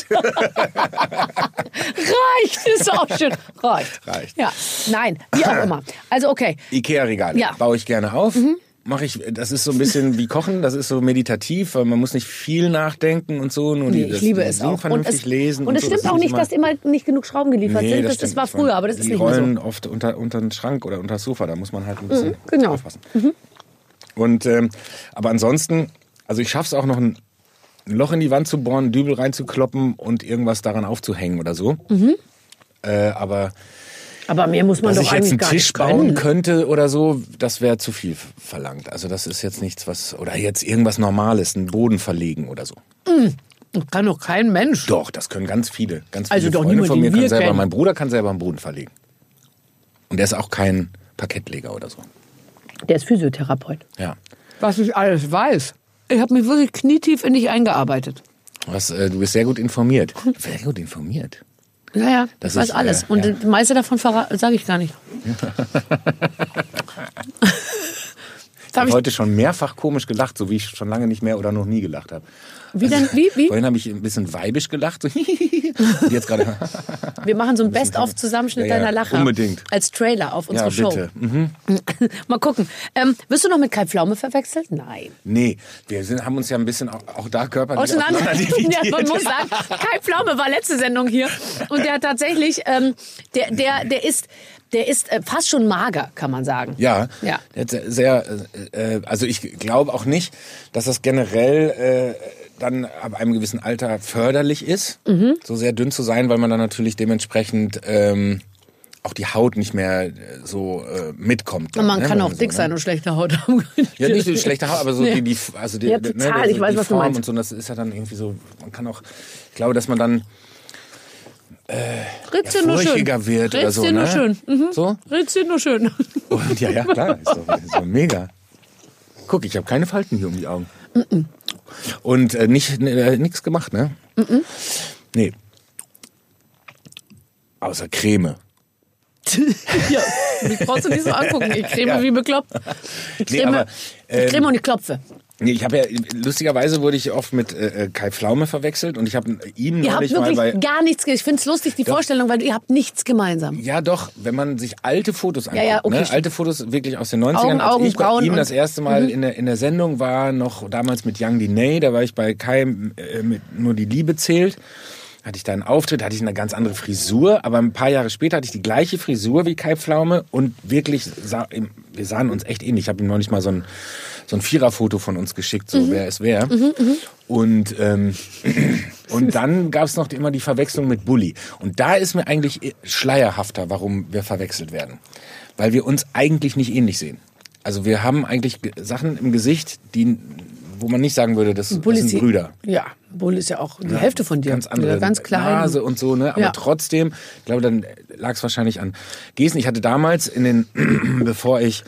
Reicht, ist auch schön. Reicht. Ja, nein, wie auch immer. Also okay. Ikea-Regale baue ich gerne auf. Das ist so ein bisschen wie Kochen, das ist so meditativ, weil man muss nicht viel nachdenken und so. Nur ich liebe es auch. Vernünftig lesen. Und es stimmt auch nicht, dass immer nicht genug Schrauben geliefert sind. Das war früher, aber das ist nicht mehr so. Die rollen oft unter den Schrank oder unter das Sofa, da muss man halt ein bisschen aufpassen. Und, aber ansonsten, also ich schaffe es auch noch ein Loch in die Wand zu bohren, einen Dübel reinzukloppen und irgendwas daran aufzuhängen oder so. Aber mehr muss man doch eigentlich gar nicht können. Dass ich jetzt einen Tisch bauen könnte oder so, das wäre zu viel verlangt. Also das ist jetzt nichts, oder jetzt irgendwas Normales, einen Boden verlegen oder so. Das kann doch kein Mensch. Doch, das können ganz viele. Ganz also viele doch Freunde von mir können selber. Mein Bruder kann selber einen Boden verlegen. Und der ist auch kein Parkettleger oder so. Der ist Physiotherapeut. Ja. Was ich alles weiß. Ich habe mich wirklich knietief in dich eingearbeitet. Du bist sehr gut informiert. Sehr gut informiert. Ja, ich weiß alles. Und das meiste davon sage ich gar nicht. Ich habe heute schon mehrfach komisch gelacht, so wie ich schon lange nicht mehr oder noch nie gelacht habe. Wie denn? Wie? Vorhin habe ich ein bisschen weibisch gelacht. So und jetzt gerade. Wir machen so einen Best-of-Zusammenschnitt deiner Lache. Unbedingt. Als Trailer auf unsere Show. Ja, bitte. Mal gucken. Wirst du noch mit Kai Pflaume verwechselt? Nein. Nee, wir haben uns ja ein bisschen auch da körperlich Ja, man muss sagen, Kai Pflaume war letzte Sendung hier und der hat tatsächlich, der ist fast schon mager, kann man sagen. Ja. Der hat sehr, also ich glaube auch nicht, dass das generell dann ab einem gewissen Alter förderlich ist, so sehr dünn zu sein, weil man dann natürlich dementsprechend auch die Haut nicht mehr so mitkommt. Und man kann auch dick sein und schlechte Haut haben. Ja, nicht so schlechte Haut, aber so ja, total. Ich weiß, die was Form du meinst. und so, das ist ja dann irgendwie so, man kann auch, ich glaube, dass man dann furchiger wird oder so. Nur schön. So? Red's dir nur schön. Und ja, klar, ist doch mega. Guck, ich habe keine Falten hier um die Augen. Und nichts gemacht, ne? Nee. Außer Creme. Ja, mich brauchst du nicht so angucken. Ich creme wie bekloppt. Ich creme und ich klopfe. Nee, ich habe lustigerweise wurde ich oft mit Kai Pflaume verwechselt und ich habe ihm ihr neulich habt wirklich mal gar nichts, ich finde es lustig, die Vorstellung, weil ihr habt nichts gemeinsam. Ja doch, wenn man sich alte Fotos anguckt, okay, ne? Alte Fotos wirklich aus den 90ern, als ich bei ihm das erste Mal in der Sendung war, noch damals mit Young Diney, da war ich bei Kai mit Nur die Liebe zählt. Hatte ich da einen Auftritt, hatte ich eine ganz andere Frisur, aber ein paar Jahre später hatte ich die gleiche Frisur wie Kai Pflaume und wirklich, wir sahen uns echt ähnlich. Ich habe ihm neulich mal so ein Viererfoto von uns geschickt, so wer es wäre. Und dann gab es noch immer die Verwechslung mit Bully. Und da ist mir eigentlich schleierhafter, warum wir verwechselt werden. Weil wir uns eigentlich nicht ähnlich sehen. Also wir haben eigentlich Sachen im Gesicht, wo man nicht sagen würde, das sind Brüder. Ja, Bulli ist ja auch die Hälfte von dir. Ganz andere ganz klein. Nase und so, ne? Aber trotzdem, ich glaube, dann lag es wahrscheinlich an Gesten. Ich hatte damals bevor ich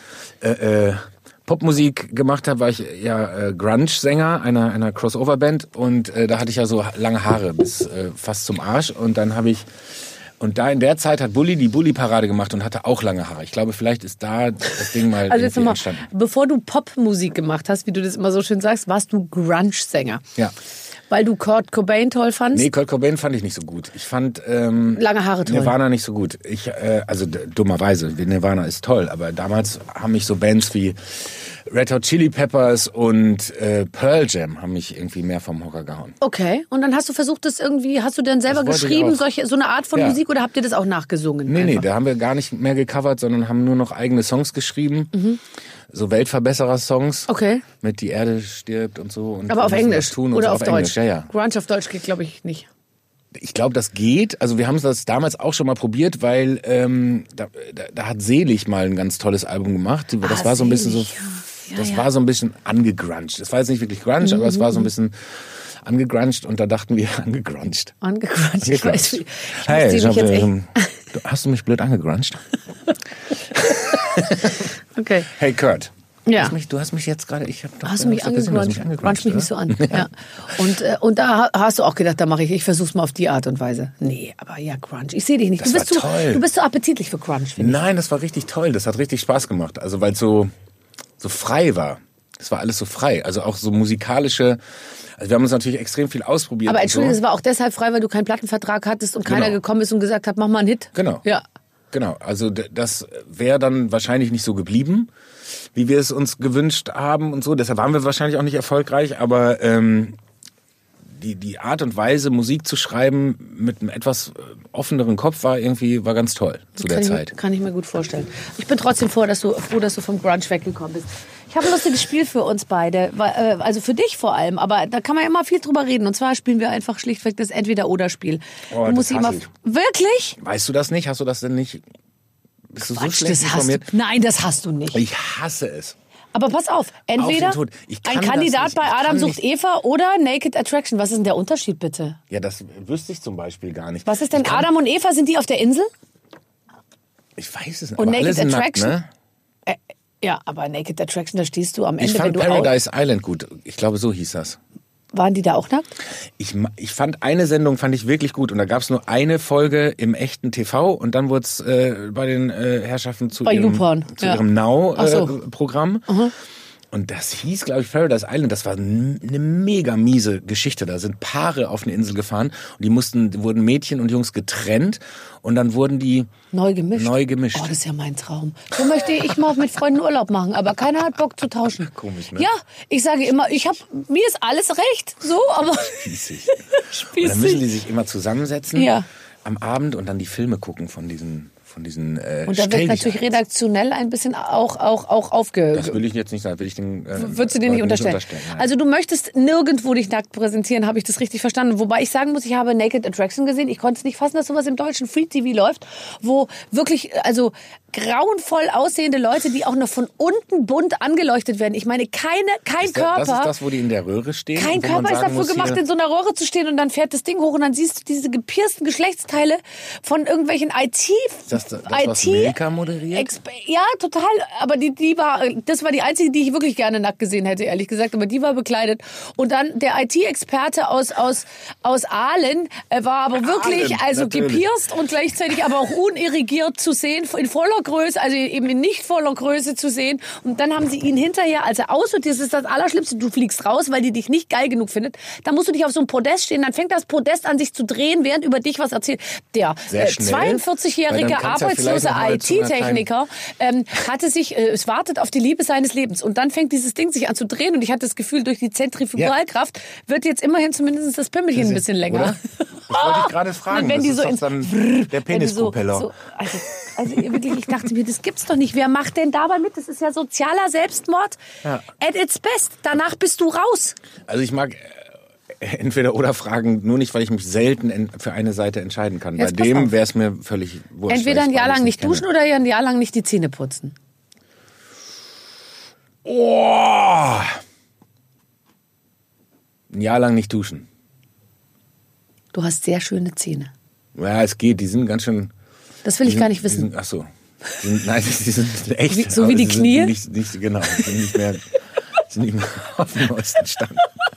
Popmusik gemacht habe, war ich ja Grunge-Sänger einer Crossover-Band und da hatte ich ja so lange Haare bis fast zum Arsch und dann habe ich da in der Zeit hat Bully die Bully-Parade gemacht und hatte auch lange Haare. Ich glaube, vielleicht ist da das Ding mal also jetzt mal, entstanden. Bevor du Popmusik gemacht hast, wie du das immer so schön sagst, warst du Grunge-Sänger. Ja. Weil du Kurt Cobain toll fandst? Nee, Kurt Cobain fand ich nicht so gut. Ich fand lange Haare toll. Nirvana nicht so gut. Also dummerweise, Nirvana ist toll, aber damals haben mich so Bands wie Red Hot Chili Peppers und Pearl Jam haben mich irgendwie mehr vom Hocker gehauen. Okay, und dann hast du versucht, hast du denn selber geschrieben, so eine Art von Musik, oder habt ihr das auch nachgesungen? Nee, da haben wir gar nicht mehr gecovert, sondern haben nur noch eigene Songs geschrieben. So Weltverbesserer-Songs. Okay. Mit Die Erde stirbt und so. Und aber auf Englisch oder auf Deutsch? Ja. Grunge auf Deutsch geht, glaube ich, nicht. Ich glaube, das geht. Also wir haben das damals auch schon mal probiert, weil da hat Selig mal ein ganz tolles Album gemacht. Das war so ein bisschen so... Das war so ein bisschen angegruncht. Das war jetzt nicht wirklich Grunge, aber es war so ein bisschen angegruncht und da dachten wir, angegruncht. Ich weiß, hast du mich blöd angegruncht? Okay. Hey Kurt. Ja. Du hast mich jetzt gerade, hast du mich angegruncht? Grunch mich nicht so an. Ja. Und da hast du auch gedacht, ich versuch's mal auf die Art und Weise. Nee, aber ja, Grunge. Ich sehe dich nicht. Du bist so appetitlich für Grunge, finde ich. Nein, das war richtig toll. Das hat richtig Spaß gemacht. Also weil es so frei war. Es war alles so frei. Also auch so musikalische... Also wir haben uns natürlich extrem viel ausprobiert. Aber Entschuldigung, es war auch deshalb frei, weil du keinen Plattenvertrag hattest und keiner gekommen ist und gesagt hat, mach mal einen Hit. Genau. Ja. Genau. Also das wäre dann wahrscheinlich nicht so geblieben, wie wir es uns gewünscht haben und so. Deshalb waren wir wahrscheinlich auch nicht erfolgreich. Aber die Art und Weise, Musik zu schreiben mit einem etwas offeneren Kopf war ganz toll zu der Zeit. Kann ich mir gut vorstellen. Ich bin trotzdem froh, dass du vom Grunge weggekommen bist. Ich habe ein lustiges Spiel für uns beide, also für dich vor allem, aber da kann man immer viel drüber reden. Und zwar spielen wir einfach schlichtweg das Entweder-Oder-Spiel. Oh, du musst immer wirklich? Weißt du das nicht? Hast du das denn nicht? Bist du so schlecht informiert? Nein, das hast du nicht. Ich hasse es. Aber pass auf, entweder ein Kandidat bei Adam sucht Eva oder Naked Attraction. Was ist denn der Unterschied, bitte? Ja, das wüsste ich zum Beispiel gar nicht. Was ist denn Adam und Eva? Sind die auf der Insel? Ich weiß es nicht. Und aber Naked alle sind Attraction? Nackt, ne? Ja, aber Naked Attraction, da stehst du am Ende, Ich fand Paradise Island gut. Ich glaube, so hieß das. Waren die da auch nackt? Ich fand eine Sendung fand ich wirklich gut und da gab es nur eine Folge im echten TV und dann wurde es bei den Herrschaften zu ihrem Now-Programm. Und das hieß, glaube ich, Paradise Island. Das war eine mega miese Geschichte. Da sind Paare auf eine Insel gefahren und die wurden Mädchen und Jungs getrennt und dann wurden die neu gemischt. Oh, das ist ja mein Traum. So möchte ich mal mit Freunden Urlaub machen, aber keiner hat Bock zu tauschen. Komisch, ne? Ja, ich sage immer, mir ist alles recht, so, aber spießig. Und dann müssen die sich immer zusammensetzen am Abend und dann die Filme gucken von diesen und da wird natürlich redaktionell ein bisschen auch aufgehört. Das will ich jetzt nicht sagen. Würdest du dir nicht unterstellen? Also du möchtest nirgendwo dich nackt präsentieren, habe ich das richtig verstanden. Wobei ich sagen muss, ich habe Naked Attraction gesehen. Ich konnte es nicht fassen, dass sowas im deutschen Free TV läuft, wo wirklich, also grauenvoll aussehende Leute, die auch noch von unten bunt angeleuchtet werden. Ich meine, kein Körper. Das ist das, wo die in der Röhre stehen? Kein Körper ist dafür gemacht, in so einer Röhre zu stehen und dann fährt das Ding hoch und dann siehst du diese gepiersten Geschlechtsteile von irgendwelchen Das, was Milka moderiert? Ja, total. Aber das war die einzige, die ich wirklich gerne nackt gesehen hätte, ehrlich gesagt. Aber die war bekleidet. Und dann der IT-Experte aus Aalen war aber wirklich, gepierst und gleichzeitig aber auch unirrigiert zu sehen, in voller Größe, also eben in nicht voller Größe zu sehen. Und dann haben sie ihn hinterher, als er aussortiert, das ist das Allerschlimmste, du fliegst raus, weil die dich nicht geil genug findet. Dann musst du dich auf so einem Podest stehen, dann fängt das Podest an sich zu drehen, während über dich was erzählt. Der 42-jährige arbeitslose IT-Techniker es wartet auf die Liebe seines Lebens. Und dann fängt dieses Ding sich an zu drehen und ich hatte das Gefühl, durch die Zentrifugalkraft wird jetzt immerhin zumindest das Pimmelchen ein bisschen länger. Oder? Das wollte ich gerade fragen. Wenn die das so ist dann der Penispropeller. Also wirklich, ich dachte mir, das gibt's doch nicht. Wer macht denn dabei mit? Das ist ja sozialer Selbstmord at its best. Danach bist du raus. Also ich mag entweder oder Fragen, nur nicht, weil ich mich selten für eine Seite entscheiden kann. Jetzt bei dem wäre es mir völlig wurscht. Entweder ein Jahr lang nicht duschen oder ein Jahr lang nicht die Zähne putzen. Oh! Ein Jahr lang nicht duschen. Du hast sehr schöne Zähne. Ja, es geht. Die sind ganz schön... Das will ich gar nicht wissen. Ach so. Nein, die sind echt... So wie die Knie? Nicht, genau, die sind nicht mehr auf dem neuesten Stand.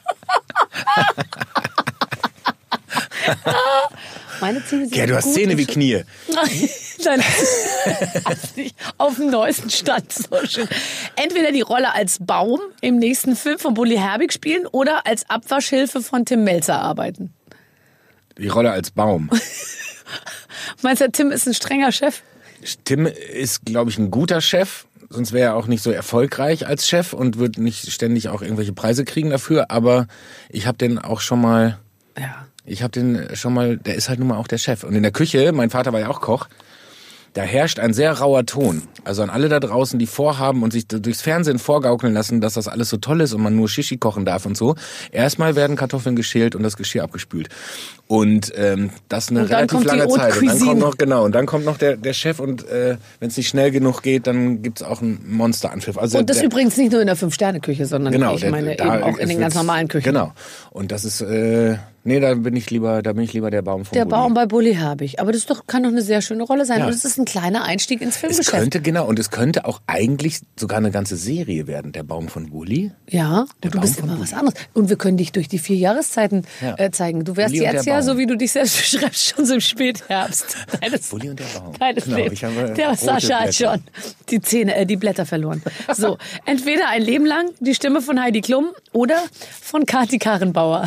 Meine Zähne sind du hast Zähne wie Knie. Nein, nicht auf dem neuesten Stand. So schön. Entweder die Rolle als Baum im nächsten Film von Bully Herbig spielen oder als Abwaschhilfe von Tim Melzer arbeiten. Die Rolle als Baum. Meinst du, Tim ist ein strenger Chef? Tim ist, glaube ich, ein guter Chef. Sonst wäre er auch nicht so erfolgreich als Chef und würde nicht ständig auch irgendwelche Preise kriegen dafür. Aber ich habe den auch schon mal... Ja. Der ist halt nun mal auch der Chef. Und in der Küche, mein Vater war ja auch Koch, da herrscht ein sehr rauer Ton. Also an alle da draußen, die vorhaben und sich durchs Fernsehen vorgaukeln lassen, dass das alles so toll ist und man nur Shishi kochen darf und so. Erstmal werden Kartoffeln geschält und das Geschirr abgespült. Und das eine relativ lange Zeit. Und dann kommt noch der Chef und wenn es nicht schnell genug geht, dann gibt's auch einen Monsteranpfiff. Also und das übrigens nicht nur in der 5-Sterne-Küche, sondern ich meine eben auch in den ganz normalen Küchen. Genau. Und das ist... da bin ich lieber der Baum von Der Bulli. Baum bei Bully Herbig. Aber das kann doch eine sehr schöne Rolle sein. Ja. Und es ist ein kleiner Einstieg ins Filmgeschäft. Es könnte auch eigentlich sogar eine ganze Serie werden, der Baum von Bulli. Ja, und du bist immer was anderes. Und wir können dich durch die 4 Jahreszeiten zeigen. Du wärst jetzt ja, so wie du dich selbst beschreibst, schon so im Spätherbst. Bulli und der Baum. Der Sascha hat schon die Blätter verloren. So, entweder ein Leben lang die Stimme von Heidi Klum oder von Kati Karrenbauer.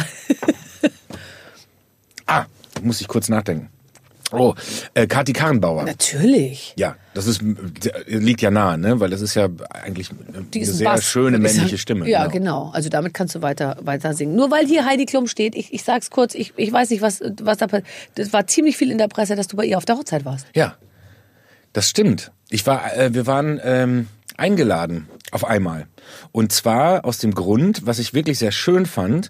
Muss ich kurz nachdenken. Kati Karrenbauer. Natürlich. Ja, liegt ja nahe, ne? Weil das ist ja eigentlich eine sehr schöne männliche Stimme. Ja, genau. Also damit kannst du weiter singen. Nur weil hier Heidi Klum steht, ich sag's kurz, ich weiß nicht, was da passiert. Das war ziemlich viel in der Presse, dass du bei ihr auf der Hochzeit warst. Ja, das stimmt. Wir waren eingeladen auf einmal. Und zwar aus dem Grund, was ich wirklich sehr schön fand,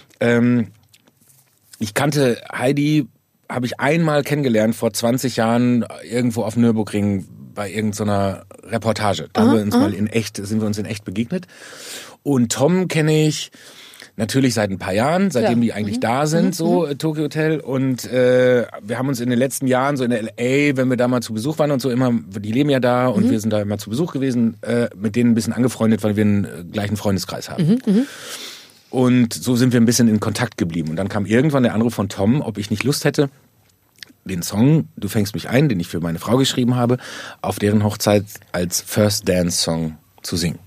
ich kannte Heidi, habe ich einmal kennengelernt vor 20 Jahren irgendwo auf Nürburgring bei irgendeiner Reportage. Da haben wir uns sind wir uns in echt begegnet. Und Tom kenne ich Natürlich seit ein paar Jahren, seitdem die eigentlich da sind, Tokyo Hotel. Und wir haben uns in den letzten Jahren so in der LA, wenn wir da mal zu Besuch waren und so immer, die leben ja da und wir sind da immer zu Besuch gewesen, mit denen ein bisschen angefreundet, weil wir einen gleichen Freundeskreis haben. Und so sind wir ein bisschen in Kontakt geblieben. Und dann kam irgendwann der Anruf von Tom, ob ich nicht Lust hätte, den Song Du fängst mich ein, den ich für meine Frau geschrieben habe, auf deren Hochzeit als First Dance Song zu singen.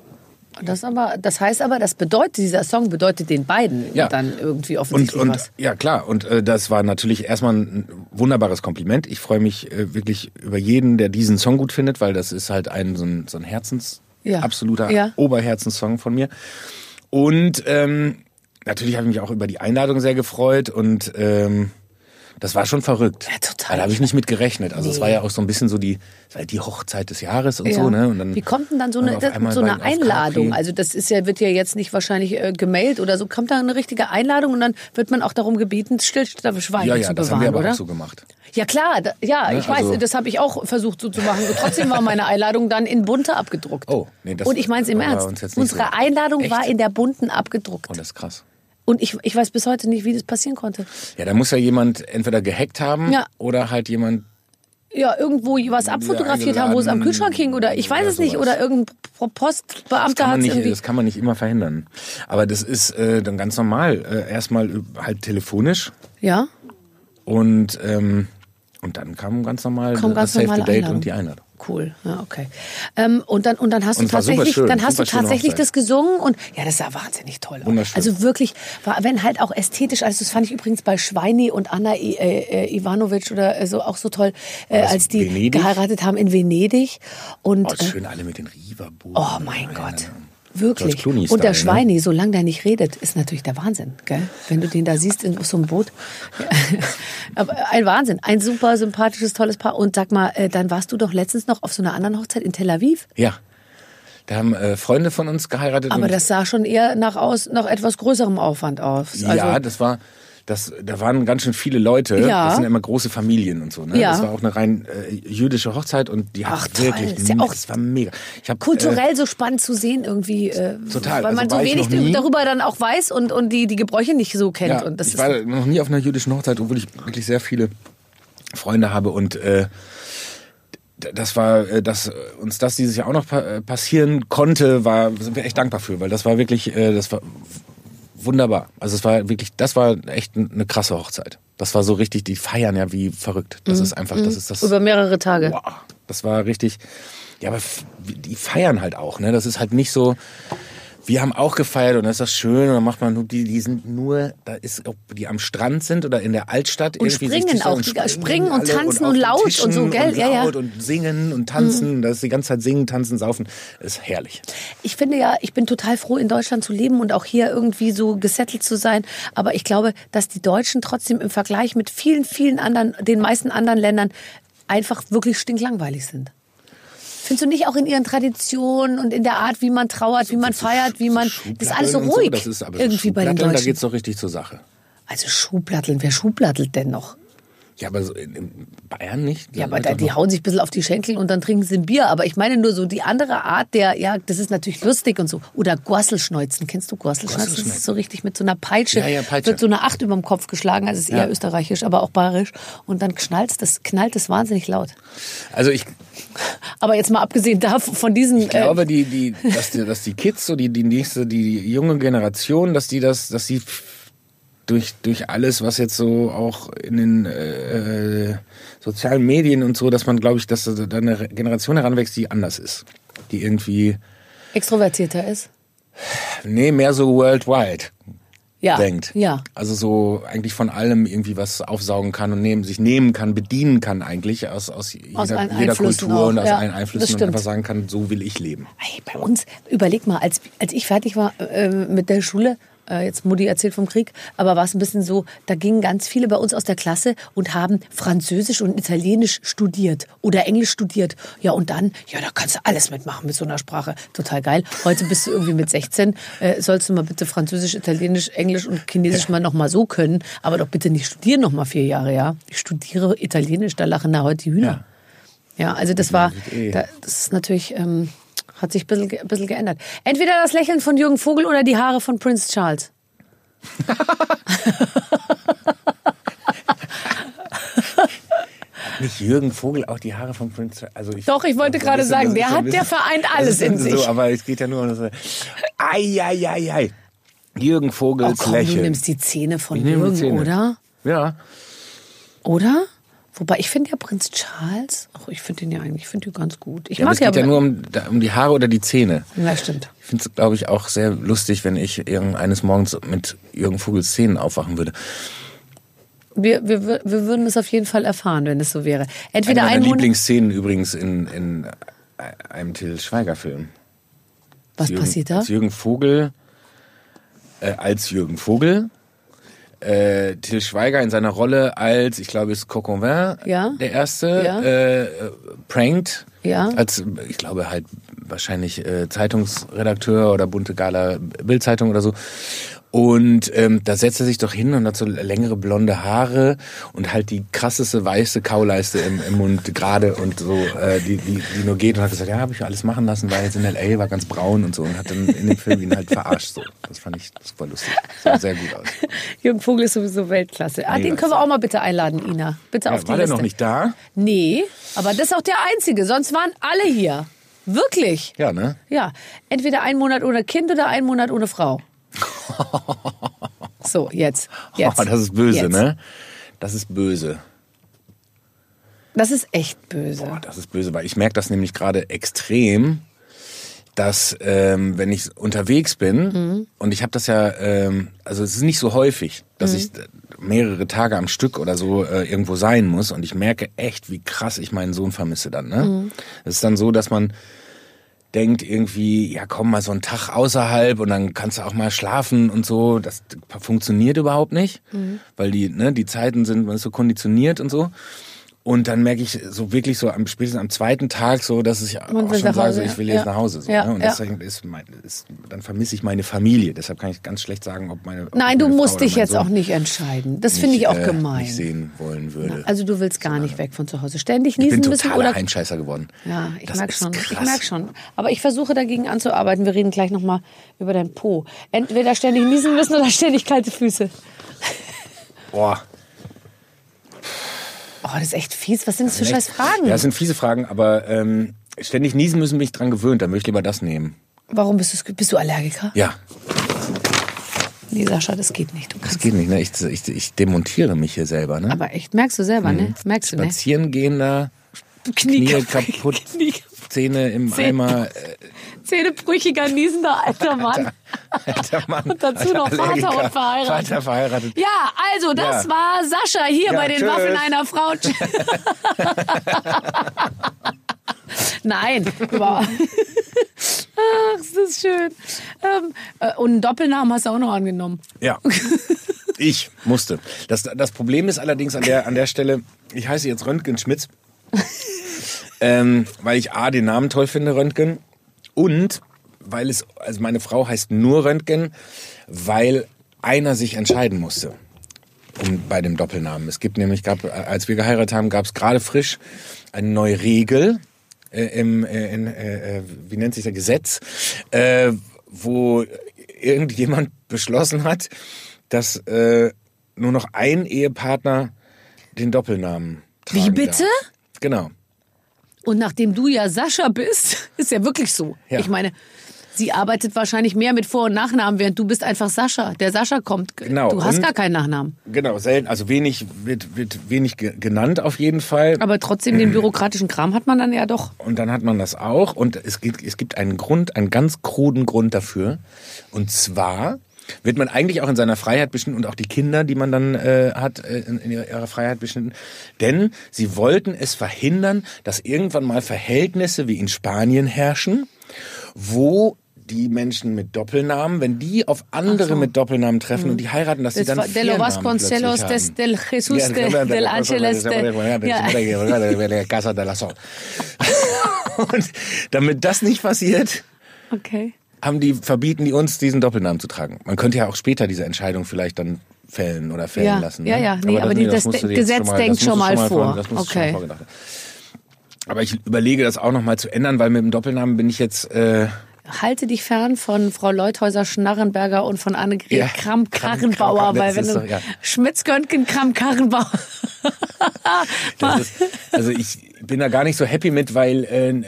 Das heißt aber, dieser Song bedeutet den beiden dann irgendwie offensichtlich was. Ja, klar. Und das war natürlich erstmal ein wunderbares Kompliment. Ich freue mich wirklich über jeden, der diesen Song gut findet, weil das ist halt so ein absoluter Oberherzenssong von mir. Und natürlich habe ich mich auch über die Einladung sehr gefreut und das war schon verrückt. Ja, total. Da habe ich nicht mit gerechnet. Also es war ja auch so ein bisschen so die Hochzeit des Jahres und so. Ne? Und dann wie kommt denn dann so eine Einladung? Also das wird ja jetzt nicht wahrscheinlich gemailt oder so. Kommt da eine richtige Einladung und dann wird man auch darum gebeten, Stillschweige zu bewahren, Ja, das haben wir aber oder? auch so gemacht. Ja klar, ich weiß, das habe ich auch versucht so zu machen. Trotzdem war meine Einladung dann in bunte abgedruckt. Oh, nee, das und ich meine es im Ernst. Unsere Einladung war in der bunten abgedruckt. Oh, das ist krass. Und ich weiß bis heute nicht, wie das passieren konnte. Ja, da muss ja jemand entweder gehackt haben oder halt jemand... Ja, irgendwo was abfotografiert haben, wo es am Kühlschrank hing oder ich weiß es nicht. Oder irgendein Postbeamter hat es irgendwie... Das kann man nicht immer verhindern. Aber das ist dann ganz normal. Erstmal halt telefonisch. Ja. Und dann kam ganz normal das Save the Date und die Einladung. Cool, ja, okay. Und dann hast du tatsächlich das gesungen und ja, das sah wahnsinnig toll aus. Wunderschön. Also wirklich, wenn halt auch ästhetisch, also das fand ich übrigens bei Schweini und Anna Ivanovic oder so auch so toll, als die Venedig? Geheiratet haben in Venedig. Und, schön alle mit den Riva-Booten. Oh mein Gott. Wirklich. Und der Schweini, solange der nicht redet, ist natürlich der Wahnsinn, gell? Wenn du den da siehst in so einem Boot. Aber ein Wahnsinn. Ein super sympathisches, tolles Paar. Und sag mal, dann warst du doch letztens noch auf so einer anderen Hochzeit in Tel Aviv? Ja. Da haben Freunde von uns geheiratet. Aber das sah schon eher nach etwas größerem Aufwand aus. Also, ja, da waren ganz schön viele Leute. Ja. Das sind immer große Familien und so. Ne? Ja. Das war auch eine rein jüdische Hochzeit und die hat wirklich, das war mega. Kulturell so spannend zu sehen irgendwie. Total. Weil man so wenig darüber dann auch weiß und die Gebräuche nicht so kennt. Ja, und das ich war noch nie auf einer jüdischen Hochzeit, obwohl ich wirklich sehr viele Freunde habe und dass uns das dieses Jahr auch noch passieren konnte, sind wir echt dankbar für, weil das war wirklich, das war wunderbar. Also das war echt eine krasse Hochzeit. Das war so richtig, die feiern ja wie verrückt. Das ist einfach, das ist das. Über mehrere Tage. Wow, das war richtig, ja, aber die feiern halt auch, ne? Das ist halt nicht so, wir haben auch gefeiert und das ist das schön und dann macht man nur die sind nur, da ist, ob die am Strand sind oder in der Altstadt. Und springen auch, springen und tanzen und laut und so, gell? Und laut und singen und tanzen, das ist die ganze Zeit singen, tanzen, saufen, das ist herrlich. Ich finde ja, ich bin total froh, in Deutschland zu leben und auch hier irgendwie so gesettelt zu sein, aber ich glaube, dass die Deutschen trotzdem im Vergleich mit vielen, vielen anderen, den meisten anderen Ländern einfach wirklich stinklangweilig sind. Findest du nicht auch in ihren Traditionen und in der Art, wie man trauert, wie man feiert, wie man... Das ist alles so ruhig das ist aber irgendwie bei den Deutschen. Da geht's doch richtig zur Sache. Also Schuhplatteln, wer schuhplattelt denn noch? Ja, aber so in Bayern nicht. Ja, aber die hauen sich ein bisschen auf die Schenkel und dann trinken sie ein Bier. Aber ich meine nur so die andere Art das ist natürlich lustig und so. Oder Gorselschneuzen. Kennst du Gorselschneuzen? Das ist so richtig mit so einer Peitsche. Ja, Peitsche. Wird so eine 8 über dem Kopf geschlagen. Also ist eher österreichisch, aber auch bayerisch. Und dann knallt das wahnsinnig laut. Also aber jetzt mal abgesehen von diesen... Ich glaube, dass die Kids, so die junge Generation, dass die durch alles, was jetzt so auch in den sozialen Medien und so, dass man, glaube ich, dass da eine Generation heranwächst, die anders ist. Die irgendwie... Extrovertierter ist? Nee, mehr so worldwide denkt. Ja. Also so eigentlich von allem irgendwie was aufsaugen kann und sich nehmen kann, bedienen kann eigentlich aus jeder Kultur und aus allen Einflüssen und einfach sagen kann, so will ich leben. Hey, bei uns, überleg mal, als ich fertig war mit der Schule, jetzt Mutti erzählt vom Krieg, aber war es ein bisschen so, da gingen ganz viele bei uns aus der Klasse und haben Französisch und Italienisch studiert oder Englisch studiert. Ja, und dann, da kannst du alles mitmachen mit so einer Sprache. Total geil. Heute bist du irgendwie mit 16, sollst du mal bitte Französisch, Italienisch, Englisch und Chinesisch mal noch mal so können, aber doch bitte nicht studieren noch mal 4 Jahre, ja. Ich studiere Italienisch, da lachen da heute die Hühner. Ja, also das ist natürlich... hat sich ein bisschen geändert. Entweder das Lächeln von Jürgen Vogel oder die Haare von Prince Charles. Nicht Jürgen Vogel auch die Haare von Prince? Also ich wollte gerade sagen, der vereint alles in sich. So, aber es geht ja nur um das. Ei. Jürgen Vogels Du Lächeln. nimmst die Zähne von Jürgen, oder? Ja. Oder? Wobei, ich finde ja Prinz Charles, ich finde den ja eigentlich, ich finde ihn ganz gut. Aber es geht ja nur um die Haare oder die Zähne. Ja, stimmt. Ich finde es, glaube ich, auch sehr lustig, wenn ich eines Morgens mit Jürgen Vogels Zähnen aufwachen würde. Wir würden es auf jeden Fall erfahren, wenn es so wäre. Entweder Eine meiner Lieblingsszenen übrigens in einem Till Schweiger-Film. Was passiert da? Als Jürgen Vogel, Till Schweiger in seiner Rolle als, ich glaube, ist Coconvin, der Erste, prankt, als, ich glaube, halt wahrscheinlich Zeitungsredakteur oder bunte Gala Bildzeitung oder so. Und da setzt er sich doch hin und hat so längere blonde Haare und halt die krasseste weiße Kauleiste im Mund gerade und so, die nur geht, und hat gesagt, ja, habe ich alles machen lassen, war jetzt in L.A., war ganz braun und so, und hat dann in dem Film ihn halt verarscht. So. Das fand ich super lustig. Sah sehr gut aus. Jürgen Vogel ist sowieso Weltklasse. Den können wir auch mal bitte einladen, Ina. Bitte auf die War Liste. der noch nicht da? Nee, aber das ist auch der Einzige. Sonst waren alle hier. Wirklich. Ja, ne? Ja. Entweder 1 Monat ohne Kind oder 1 Monat ohne Frau. So, jetzt. Oh, das ist böse, jetzt. Ne? Das ist böse. Das ist echt böse. Boah, das ist böse, weil ich merke das nämlich gerade extrem, dass wenn ich unterwegs bin, und ich habe das ja, also es ist nicht so häufig, dass ich mehrere Tage am Stück oder so irgendwo sein muss, und ich merke echt, wie krass ich meinen Sohn vermisse dann. Ne? Es ist dann so, dass man denkt irgendwie, ja komm, mal so einen Tag außerhalb und dann kannst du auch mal schlafen und so. Das funktioniert überhaupt nicht, weil die Zeiten sind, man ist so konditioniert und so. Und dann merke ich so wirklich so spätestens am 2. Tag so, dass ich auch schon sage, so, ich will jetzt nach Hause. So, ne? Und deswegen dann vermisse ich meine Familie. Deshalb kann ich ganz schlecht sagen, ob meine Nein, du musst dich jetzt Sohn auch nicht entscheiden. Das finde ich auch gemein. Nicht sehen wollen würde. Also du willst gar nicht weg von zu Hause. Ständig niesen müssen. Ich müssen bin totaler oder Heimscheißer geworden. Ja, ich Das merke ist schon. krass. Ich merke schon. Aber ich versuche dagegen anzuarbeiten. Wir reden gleich nochmal über dein Po. Entweder ständig niesen müssen oder ständig kalte Füße. Boah. Oh, das ist echt fies. Was sind das für scheiß Fragen? Ja, das sind fiese Fragen, aber ständig niesen müssen mich dran gewöhnt. Dann würde ich lieber das nehmen. Warum bist du Allergiker? Ja. Nee, Sascha, das geht nicht. Das geht nicht, ne? Ich demontiere mich hier selber, ne? Aber echt, merkst du selber, ne? Merkst du, ne? Spazieren gehen da, Knie kaputt, Zähne im Eimer. Zähnebrüchiger, niesender alter Mann. Alter Mann. Und dazu noch Allergiker, Vater und verheiratet. Vater verheiratet. Ja, also das war Sascha hier bei den tschüss. Waffeln einer Frau. Nein. Ach, das ist schön. Und einen Doppelnamen hast du auch noch angenommen. Ja. Ich musste. Das Problem ist allerdings an der Stelle, ich heiße jetzt Röntgen Schmitz, weil ich den Namen toll finde, Röntgen, und weil also meine Frau heißt nur Röntgen, weil einer sich entscheiden musste bei dem Doppelnamen. Es gibt nämlich, als wir geheiratet haben, gab es gerade frisch eine neue Regel wie nennt sich das, Gesetz, wo irgendjemand beschlossen hat, dass nur noch ein Ehepartner den Doppelnamen tragen Wie bitte? darf. Genau. Und nachdem du ja Sascha bist, ist ja wirklich so. Ja. Ich meine, sie arbeitet wahrscheinlich mehr mit Vor- und Nachnamen, während du bist einfach Sascha. Der Sascha kommt. Genau. Du hast gar keinen Nachnamen. Genau, selten. Also wird wenig genannt auf jeden Fall. Aber trotzdem den bürokratischen Kram hat man dann ja doch. Und dann hat man das auch. Und es gibt einen ganz kruden Grund dafür. Und zwar wird man eigentlich auch in seiner Freiheit beschnitten und auch die Kinder, die man dann hat, in ihrer Freiheit beschnitten. Denn sie wollten es verhindern, dass irgendwann mal Verhältnisse wie in Spanien herrschen, wo die Menschen mit Doppelnamen, wenn die auf andere mit Doppelnamen treffen und die heiraten, dass sie dann De los Vasconcelos, del Jesus, del Angeles, Casa de la Sol. Und damit das nicht passiert, okay, verbieten die uns, diesen Doppelnamen zu tragen. Man könnte ja auch später diese Entscheidung vielleicht dann fällen lassen. Ja, ne? ja, nee, aber das Gesetz denkt schon mal vor. Das muss Okay. schon vorgedacht. Aber ich überlege das auch noch mal zu ändern, weil mit dem Doppelnamen bin ich jetzt halte dich fern von Frau Leuthäuser-Schnarrenberger und von Annegret Kramp-Karrenbauer, weil wenn du Schmitz-Göntgen-Kramp-Karrenbauer. Also ich bin da gar nicht so happy mit, weil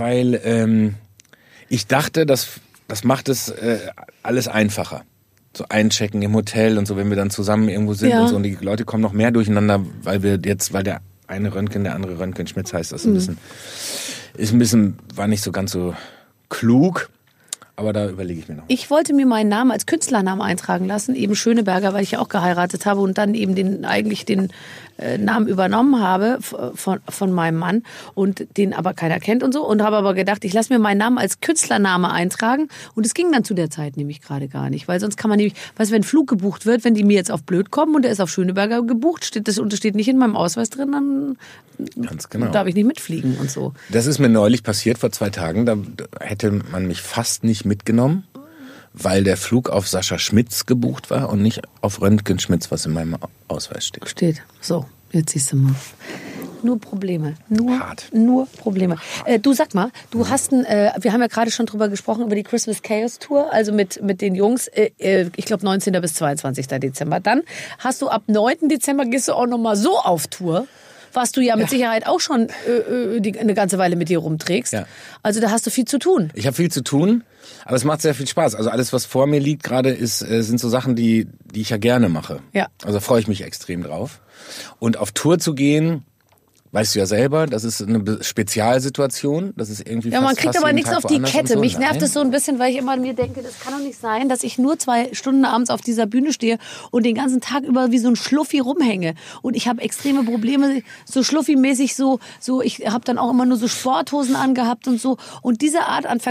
ich dachte, das macht es alles einfacher. So einchecken im Hotel und so, wenn wir dann zusammen irgendwo sind und so, und die Leute kommen noch mehr durcheinander, weil der eine Röntgen, der andere Röntgen-Schmitz heißt, das war nicht so ganz so klug, aber da überlege ich mir noch. Ich wollte mir meinen Namen als Künstlernamen eintragen lassen, eben Schöneberger, weil ich ja auch geheiratet habe und dann eben den Namen übernommen habe von meinem Mann und den aber keiner kennt und so, und habe aber gedacht, ich lasse mir meinen Namen als Künstlername eintragen, und es ging dann zu der Zeit nämlich gerade gar nicht, weil sonst kann man nämlich, wenn ein Flug gebucht wird, wenn die mir jetzt auf blöd kommen und der ist auf Schöneberger gebucht, steht nicht in meinem Ausweis drin, dann ganz genau. Darf ich nicht mitfliegen und so. Das ist mir neulich passiert, vor 2 Tagen, da hätte man mich fast nicht mitgenommen, weil der Flug auf Sascha Schmitz gebucht war und nicht auf Röntgen Schmitz, was in meinem Ausweis steht. So, jetzt siehst du mal. Nur Probleme. Hart. Nur Probleme. Du sag mal, wir haben ja gerade schon drüber gesprochen, über die Christmas Chaos Tour, also mit den Jungs, ich glaube 19. bis 22. Dezember. Dann hast du ab 9. Dezember gehst du auch nochmal so auf Tour. Was du ja mit Sicherheit auch schon eine ganze Weile mit dir rumträgst. Ja. Also da hast du viel zu tun. Ich habe viel zu tun, aber es macht sehr viel Spaß. Also alles, was vor mir liegt gerade, sind so Sachen, die ich ja gerne mache. Ja. Also freue ich mich extrem drauf. Und auf Tour zu gehen, weißt du ja selber, das ist eine Spezialsituation. Das ist irgendwie man kriegt aber nichts auf die Kette. So. Mich nervt es so ein bisschen, weil ich immer mir denke, das kann doch nicht sein, dass ich nur 2 Stunden abends auf dieser Bühne stehe und den ganzen Tag über wie so ein Schluffi rumhänge. Und ich habe extreme Probleme, so Schluffi-mäßig ich habe dann auch immer nur so Sporthosen angehabt und so. Und diese Art an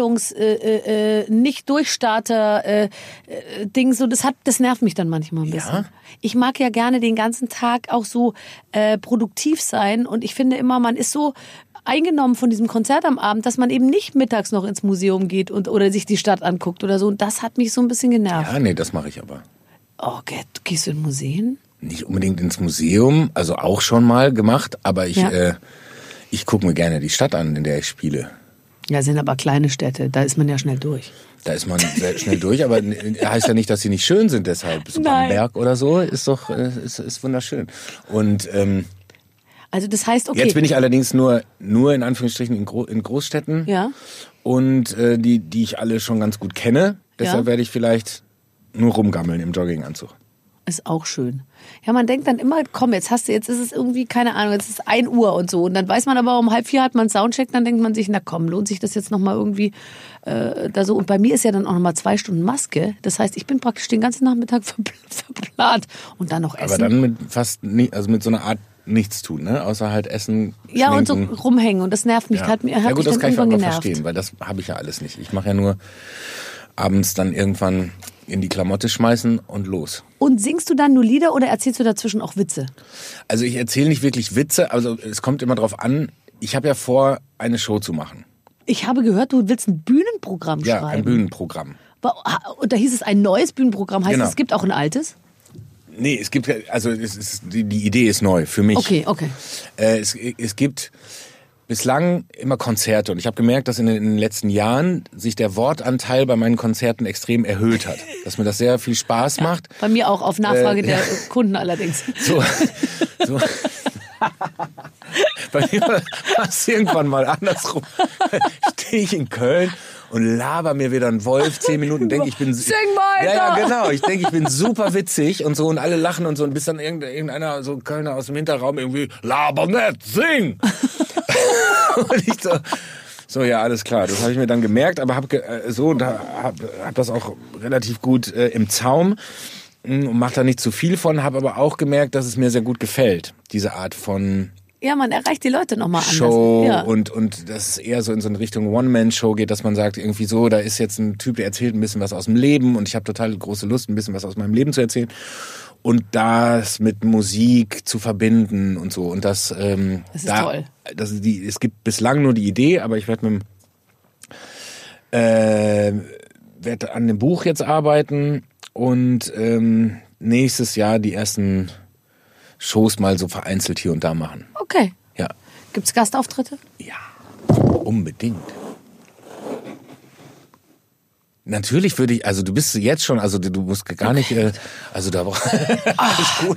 Nicht-Durchstarter-Ding, das nervt mich dann manchmal ein bisschen. Ja? Ich mag ja gerne den ganzen Tag auch so produktiv sein. Und ich finde immer, man ist so eingenommen von diesem Konzert am Abend, dass man eben nicht mittags noch ins Museum geht oder sich die Stadt anguckt oder so. Und das hat mich so ein bisschen genervt. Ja, nee, das mache ich aber. Oh, gehst du in Museen? Nicht unbedingt ins Museum, also auch schon mal gemacht, aber ich gucke mir gerne die Stadt an, in der ich spiele. Ja, sind aber kleine Städte, da ist man ja schnell durch. Da ist man sehr schnell durch, aber heißt ja nicht, dass sie nicht schön sind deshalb. So Bamberg oder so ist doch ist wunderschön. Und also das heißt, okay. Jetzt bin ich allerdings nur in Anführungsstrichen in Großstädten. Ja. Und die ich alle schon ganz gut kenne. Deshalb werde ich vielleicht nur rumgammeln im Jogginganzug. Ist auch schön. Ja, man denkt dann immer, komm, jetzt ist es irgendwie, keine Ahnung, jetzt ist 1 Uhr und so. Und dann weiß man aber, um 3:30 hat man Soundcheck, dann denkt man sich, na komm, lohnt sich das jetzt nochmal irgendwie da so. Und bei mir ist ja dann auch nochmal 2 Stunden Maske. Das heißt, ich bin praktisch den ganzen Nachmittag verplant. Und dann noch essen. Aber dann mit mit so einer Art nichts tun, ne? Außer halt essen, ja, schminken. Und so rumhängen. Und das nervt mich. Ja, hat gut, mich das dann kann ich aber genervt. verstehen, weil das habe ich ja alles nicht. Ich mache ja nur abends dann irgendwann in die Klamotte schmeißen und los. Und singst du dann nur Lieder oder erzählst du dazwischen auch Witze? Also ich erzähle nicht wirklich Witze, also es kommt immer drauf an. Ich habe ja vor, eine Show zu machen. Ich habe gehört, du willst ein Bühnenprogramm schreiben. Ja, ein Bühnenprogramm. Und da hieß es ein neues Bühnenprogramm. Heißt genau. Es gibt auch ein altes? Nee, die Idee ist neu für mich. Okay. Es gibt bislang immer Konzerte und ich habe gemerkt, dass in den letzten Jahren sich der Wortanteil bei meinen Konzerten extrem erhöht hat. Dass mir das sehr viel Spaß macht. Bei mir auch, auf Nachfrage der Kunden allerdings. So. Bei mir war es irgendwann mal andersrum. Stehe ich in Köln und laber mir wieder einen Wolf 10 Minuten, denke ich bin... Sing weiter! Ja, genau. Ich denke, ich bin super witzig und so und alle lachen und so und bis dann irgendeiner, so Kölner aus dem Hinterraum irgendwie, laber nicht, sing! Und ich so, ja, alles klar. Das habe ich mir dann gemerkt, aber hab das auch relativ gut im Zaum und mach da nicht zu viel von, habe aber auch gemerkt, dass es mir sehr gut gefällt, diese Art von... Ja, man erreicht die Leute nochmal anders. Show ja. und dass es eher so in so eine Richtung One-Man-Show geht, dass man sagt irgendwie so, da ist jetzt ein Typ, der erzählt ein bisschen was aus dem Leben und ich habe total große Lust, ein bisschen was aus meinem Leben zu erzählen und das mit Musik zu verbinden und so. Und das ist toll. Es gibt bislang nur die Idee, aber ich werde an dem Buch jetzt arbeiten und nächstes Jahr die ersten Shows mal so vereinzelt hier und da machen. Okay. Ja. Gibt's Gastauftritte? Ja, unbedingt. Natürlich würde ich, also du bist jetzt schon, also du musst gar nicht, also da war alles gut.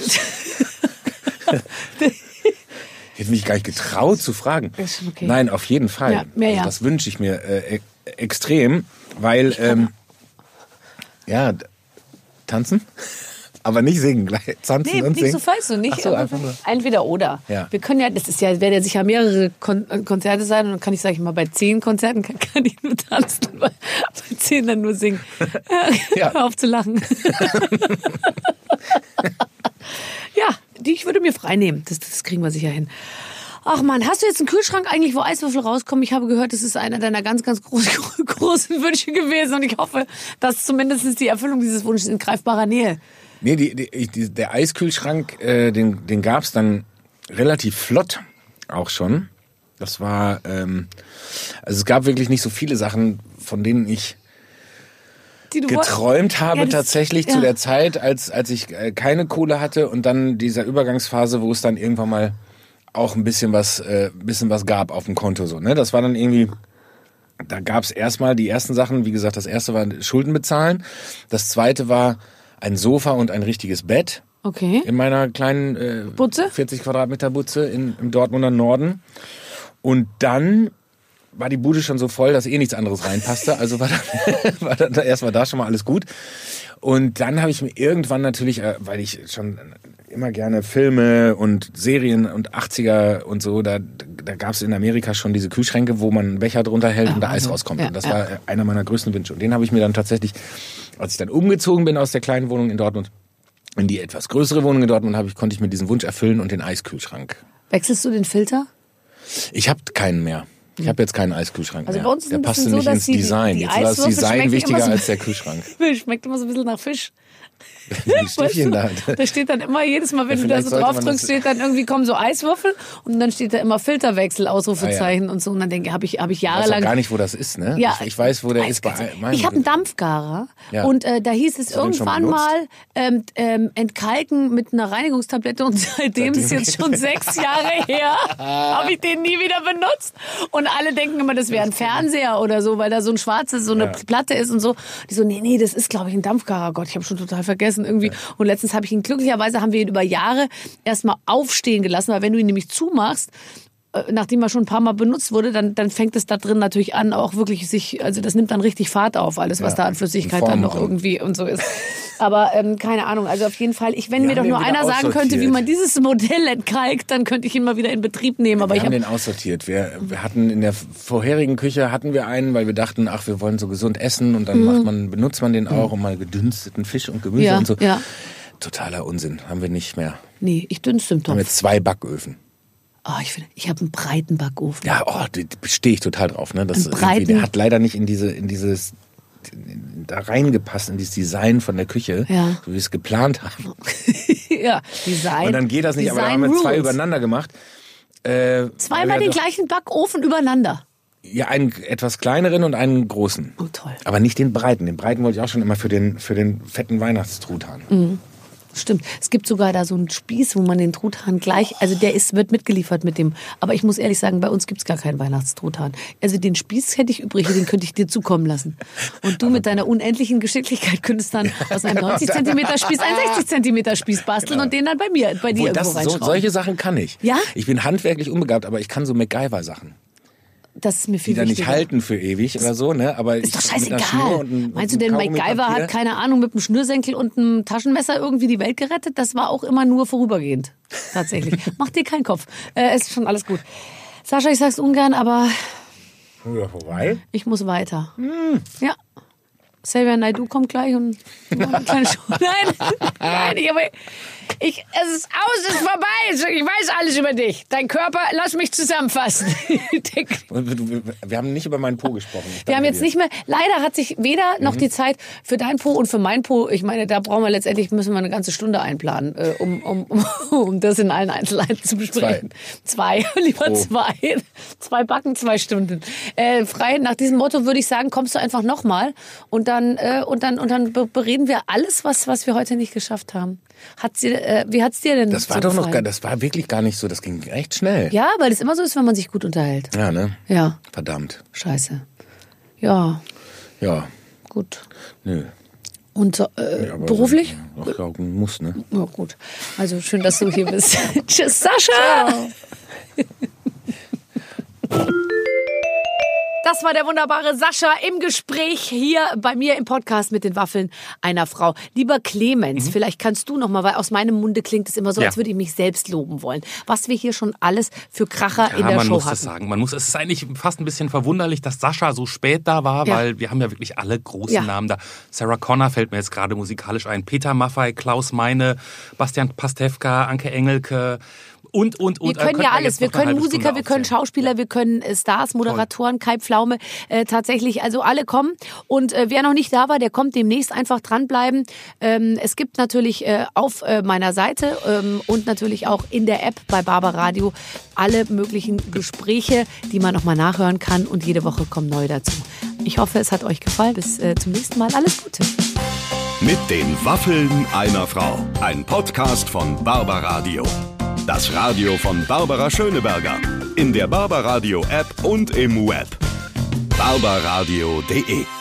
Ich hätte mich gar nicht getraut zu fragen. Ist schon okay. Nein, auf jeden Fall. Ja, also das wünsche ich mir extrem, weil, tanzen, aber nicht singen, gleich tanzen und nicht singen. so falsch, so nicht. Ach so, einfach nur. Entweder oder. Ja. Wir können ja, werden ja sicher mehrere Konzerte sein und dann kann ich, sag ich mal, bei 10 Konzerten kann ich nur tanzen, bei 10 dann nur singen. Ja. Hör auf zu lachen. Ja, ich würde mir frei nehmen. Das kriegen wir sicher hin. Ach man, hast du jetzt einen Kühlschrank eigentlich, wo Eiswürfel rauskommen? Ich habe gehört, das ist einer deiner ganz, ganz großen Wünsche gewesen und ich hoffe, dass zumindest die Erfüllung dieses Wunsches in greifbarer Nähe. Nee, der Eiskühlschrank, den gab's dann relativ flott auch schon. Das war, also es gab wirklich nicht so viele Sachen, von denen ich geträumt habe tatsächlich zu der Zeit, als ich keine Kohle hatte und dann dieser Übergangsphase, wo es dann irgendwann mal auch ein bisschen was gab auf dem Konto so, ne? Das war dann irgendwie, da gab's erstmal die ersten Sachen, wie gesagt, das erste war Schulden bezahlen, das zweite war ein Sofa und ein richtiges Bett. Okay. In meiner kleinen Butze? 40 Quadratmeter Butze im Dortmunder Norden. Und dann war die Bude schon so voll, dass nichts anderes reinpasste. Also war dann erstmal da schon mal alles gut. Und dann habe ich mir irgendwann natürlich, weil ich schon immer gerne Filme und Serien und 80er und so, da gab es in Amerika schon diese Kühlschränke, wo man einen Becher drunter hält und da Eis rauskommt. Ja, und das war einer meiner größten Wünsche. Und den habe ich mir dann tatsächlich, als ich dann umgezogen bin aus der kleinen Wohnung in Dortmund, in die etwas größere Wohnung in Dortmund, konnte ich mir diesen Wunsch erfüllen und den Eiskühlschrank. Wechselst du den Filter? Ich habe keinen mehr. Ich habe jetzt keinen Eiskühlschrank mehr. Also bei uns ist der ein passte bisschen nicht so, ins dass Design. die Jetzt war das Design wichtiger so als der Kühlschrank. Schmeckt immer so ein bisschen nach Fisch. Die Stückchen da. Da steht dann immer, jedes Mal, wenn du da so drauf drückst, steht dann irgendwie, kommen so Eiswürfel und dann steht da immer Filterwechsel, Ausrufezeichen und so. Und dann denke ich, habe ich jahrelang... Ich weiß auch gar nicht, wo das ist, ne? Ja, ich weiß, wo der ist bei meinem. Ich habe einen Dampfgarer und da hieß es irgendwann mal entkalken mit einer Reinigungstablette und seitdem ist jetzt schon 6 Jahre her, habe ich den nie wieder benutzt. Und alle denken immer, das wäre ein Fernseher oder so, weil da so ein schwarzes, so eine Platte ist und so. Die so, nee, das ist, glaube ich, ein Dampfgarer. Gott, ich habe schon total vergessen irgendwie. Ja. Und letztens habe ich ihn, glücklicherweise haben wir ihn über Jahre erstmal aufstehen gelassen, weil wenn du ihn nämlich zumachst, nachdem er schon ein paar Mal benutzt wurde, dann fängt es da drin natürlich an, auch wirklich also das nimmt dann richtig Fahrt auf, alles, was da an Flüssigkeit dann noch irgendwie und so ist. Aber keine Ahnung, also auf jeden Fall, wenn mir doch nur einer sagen könnte, wie man dieses Modell entkalkt, dann könnte ich ihn mal wieder in Betrieb nehmen. Aber wir haben den aussortiert. Wir hatten in der vorherigen Küche einen, weil wir dachten, ach, wir wollen so gesund essen und dann benutzt man den auch und mal gedünsteten Fisch und Gemüse und so. Ja. Totaler Unsinn, haben wir nicht mehr. Nee, ich dünste im Topf. Wir haben jetzt 2 Backöfen. Oh, ich habe einen breiten Backofen. Ja, stehe ich total drauf. Ne? Der hat leider nicht in dieses da reingepasst, in dieses Design von der Küche, so wie wir es geplant haben. Ja, Design. Und dann geht das nicht, Design aber da haben wir 2 übereinander gemacht. Zweimal den gleichen Backofen übereinander? Ja, einen etwas kleineren und einen großen. Oh, toll. Aber nicht den breiten. Den breiten wollte ich auch schon immer für den fetten Weihnachtstruthahn. Mhm. Stimmt. Es gibt sogar da so einen Spieß, wo man den Truthahn also wird mitgeliefert mit dem. Aber ich muss ehrlich sagen, bei uns gibt's gar keinen Weihnachtstruthahn. Also den Spieß hätte ich übrig, den könnte ich dir zukommen lassen. Und du mit deiner unendlichen Geschicklichkeit könntest dann aus einem 90 Zentimeter Spieß einen 60 Zentimeter Spieß basteln und den dann bei dir irgendwo reinschrauben. Solche Sachen kann ich. Ja? Ich bin handwerklich unbegabt, aber ich kann so MacGyver-Sachen. Das ist mir viel wichtiger. Die da nicht halten für ewig oder so, ne? Aber ist doch scheißegal. Meinst du denn, MacGyver hat, keine Ahnung, mit einem Schnürsenkel und einem Taschenmesser irgendwie die Welt gerettet? Das war auch immer nur vorübergehend. Tatsächlich. Mach dir keinen Kopf. Es ist schon alles gut. Sascha, ich sag's ungern, aber... Oder vorbei? Ich muss weiter. Ja. Xavier Naidoo kommt gleich und eine kleine Show. Nein, es ist aus, es ist vorbei. Ich weiß alles über dich. Dein Körper, lass mich zusammenfassen. Wir haben nicht über meinen Po gesprochen. Wir haben jetzt nicht mehr, leider hat sich weder noch die Zeit für dein Po und für mein Po, ich meine, da müssen wir eine ganze Stunde einplanen, um das in allen Einzelheiten zu besprechen. 2, lieber 2. 2 Backen, 2 Stunden. Frei, nach diesem Motto würde ich sagen, kommst du einfach nochmal und dann bereden wir alles, was wir heute nicht geschafft haben. Wie hat's dir denn das war doch gefallen? Das war wirklich gar nicht so, das ging echt schnell. Ja, weil es immer so ist, wenn man sich gut unterhält. Ja, ne? Ja. Verdammt. Scheiße. Ja. Ja. Gut. Nö. Und Ja, beruflich? Ach, ja, muss, ne? Ja, gut. Also schön, dass du hier bist. Tschüss, Sascha! Das war der wunderbare Sascha im Gespräch hier bei mir im Podcast mit den Waffeln einer Frau. Lieber Clemens, vielleicht kannst du noch mal, weil aus meinem Munde klingt es immer so, als würde ich mich selbst loben wollen. Was wir hier schon alles für Kracher in der man Show muss hatten. das sagen. Es ist eigentlich fast ein bisschen verwunderlich, dass Sascha so spät da war, Ja. weil wir haben ja wirklich alle großen Ja. Namen da. Sarah Connor fällt mir jetzt gerade musikalisch ein. Peter Maffay, Klaus Meine, Bastian Pastewka, Anke Engelke. Und. Wir können ja alles. Wir können Musiker, wir können Schauspieler, wir können Stars, Moderatoren, Kai Pflaume, tatsächlich, also alle kommen. Und wer noch nicht da war, der kommt demnächst, einfach dranbleiben. Es gibt natürlich auf meiner Seite und natürlich auch in der App bei Barbaradio alle möglichen Gespräche, die man nochmal nachhören kann. Und jede Woche kommen neue dazu. Ich hoffe, es hat euch gefallen. Bis zum nächsten Mal. Alles Gute. Mit den Waffeln einer Frau. Ein Podcast von Barbaradio. Das Radio von Barbara Schöneberger. In der Barbaradio App und im Web. barbaradio.de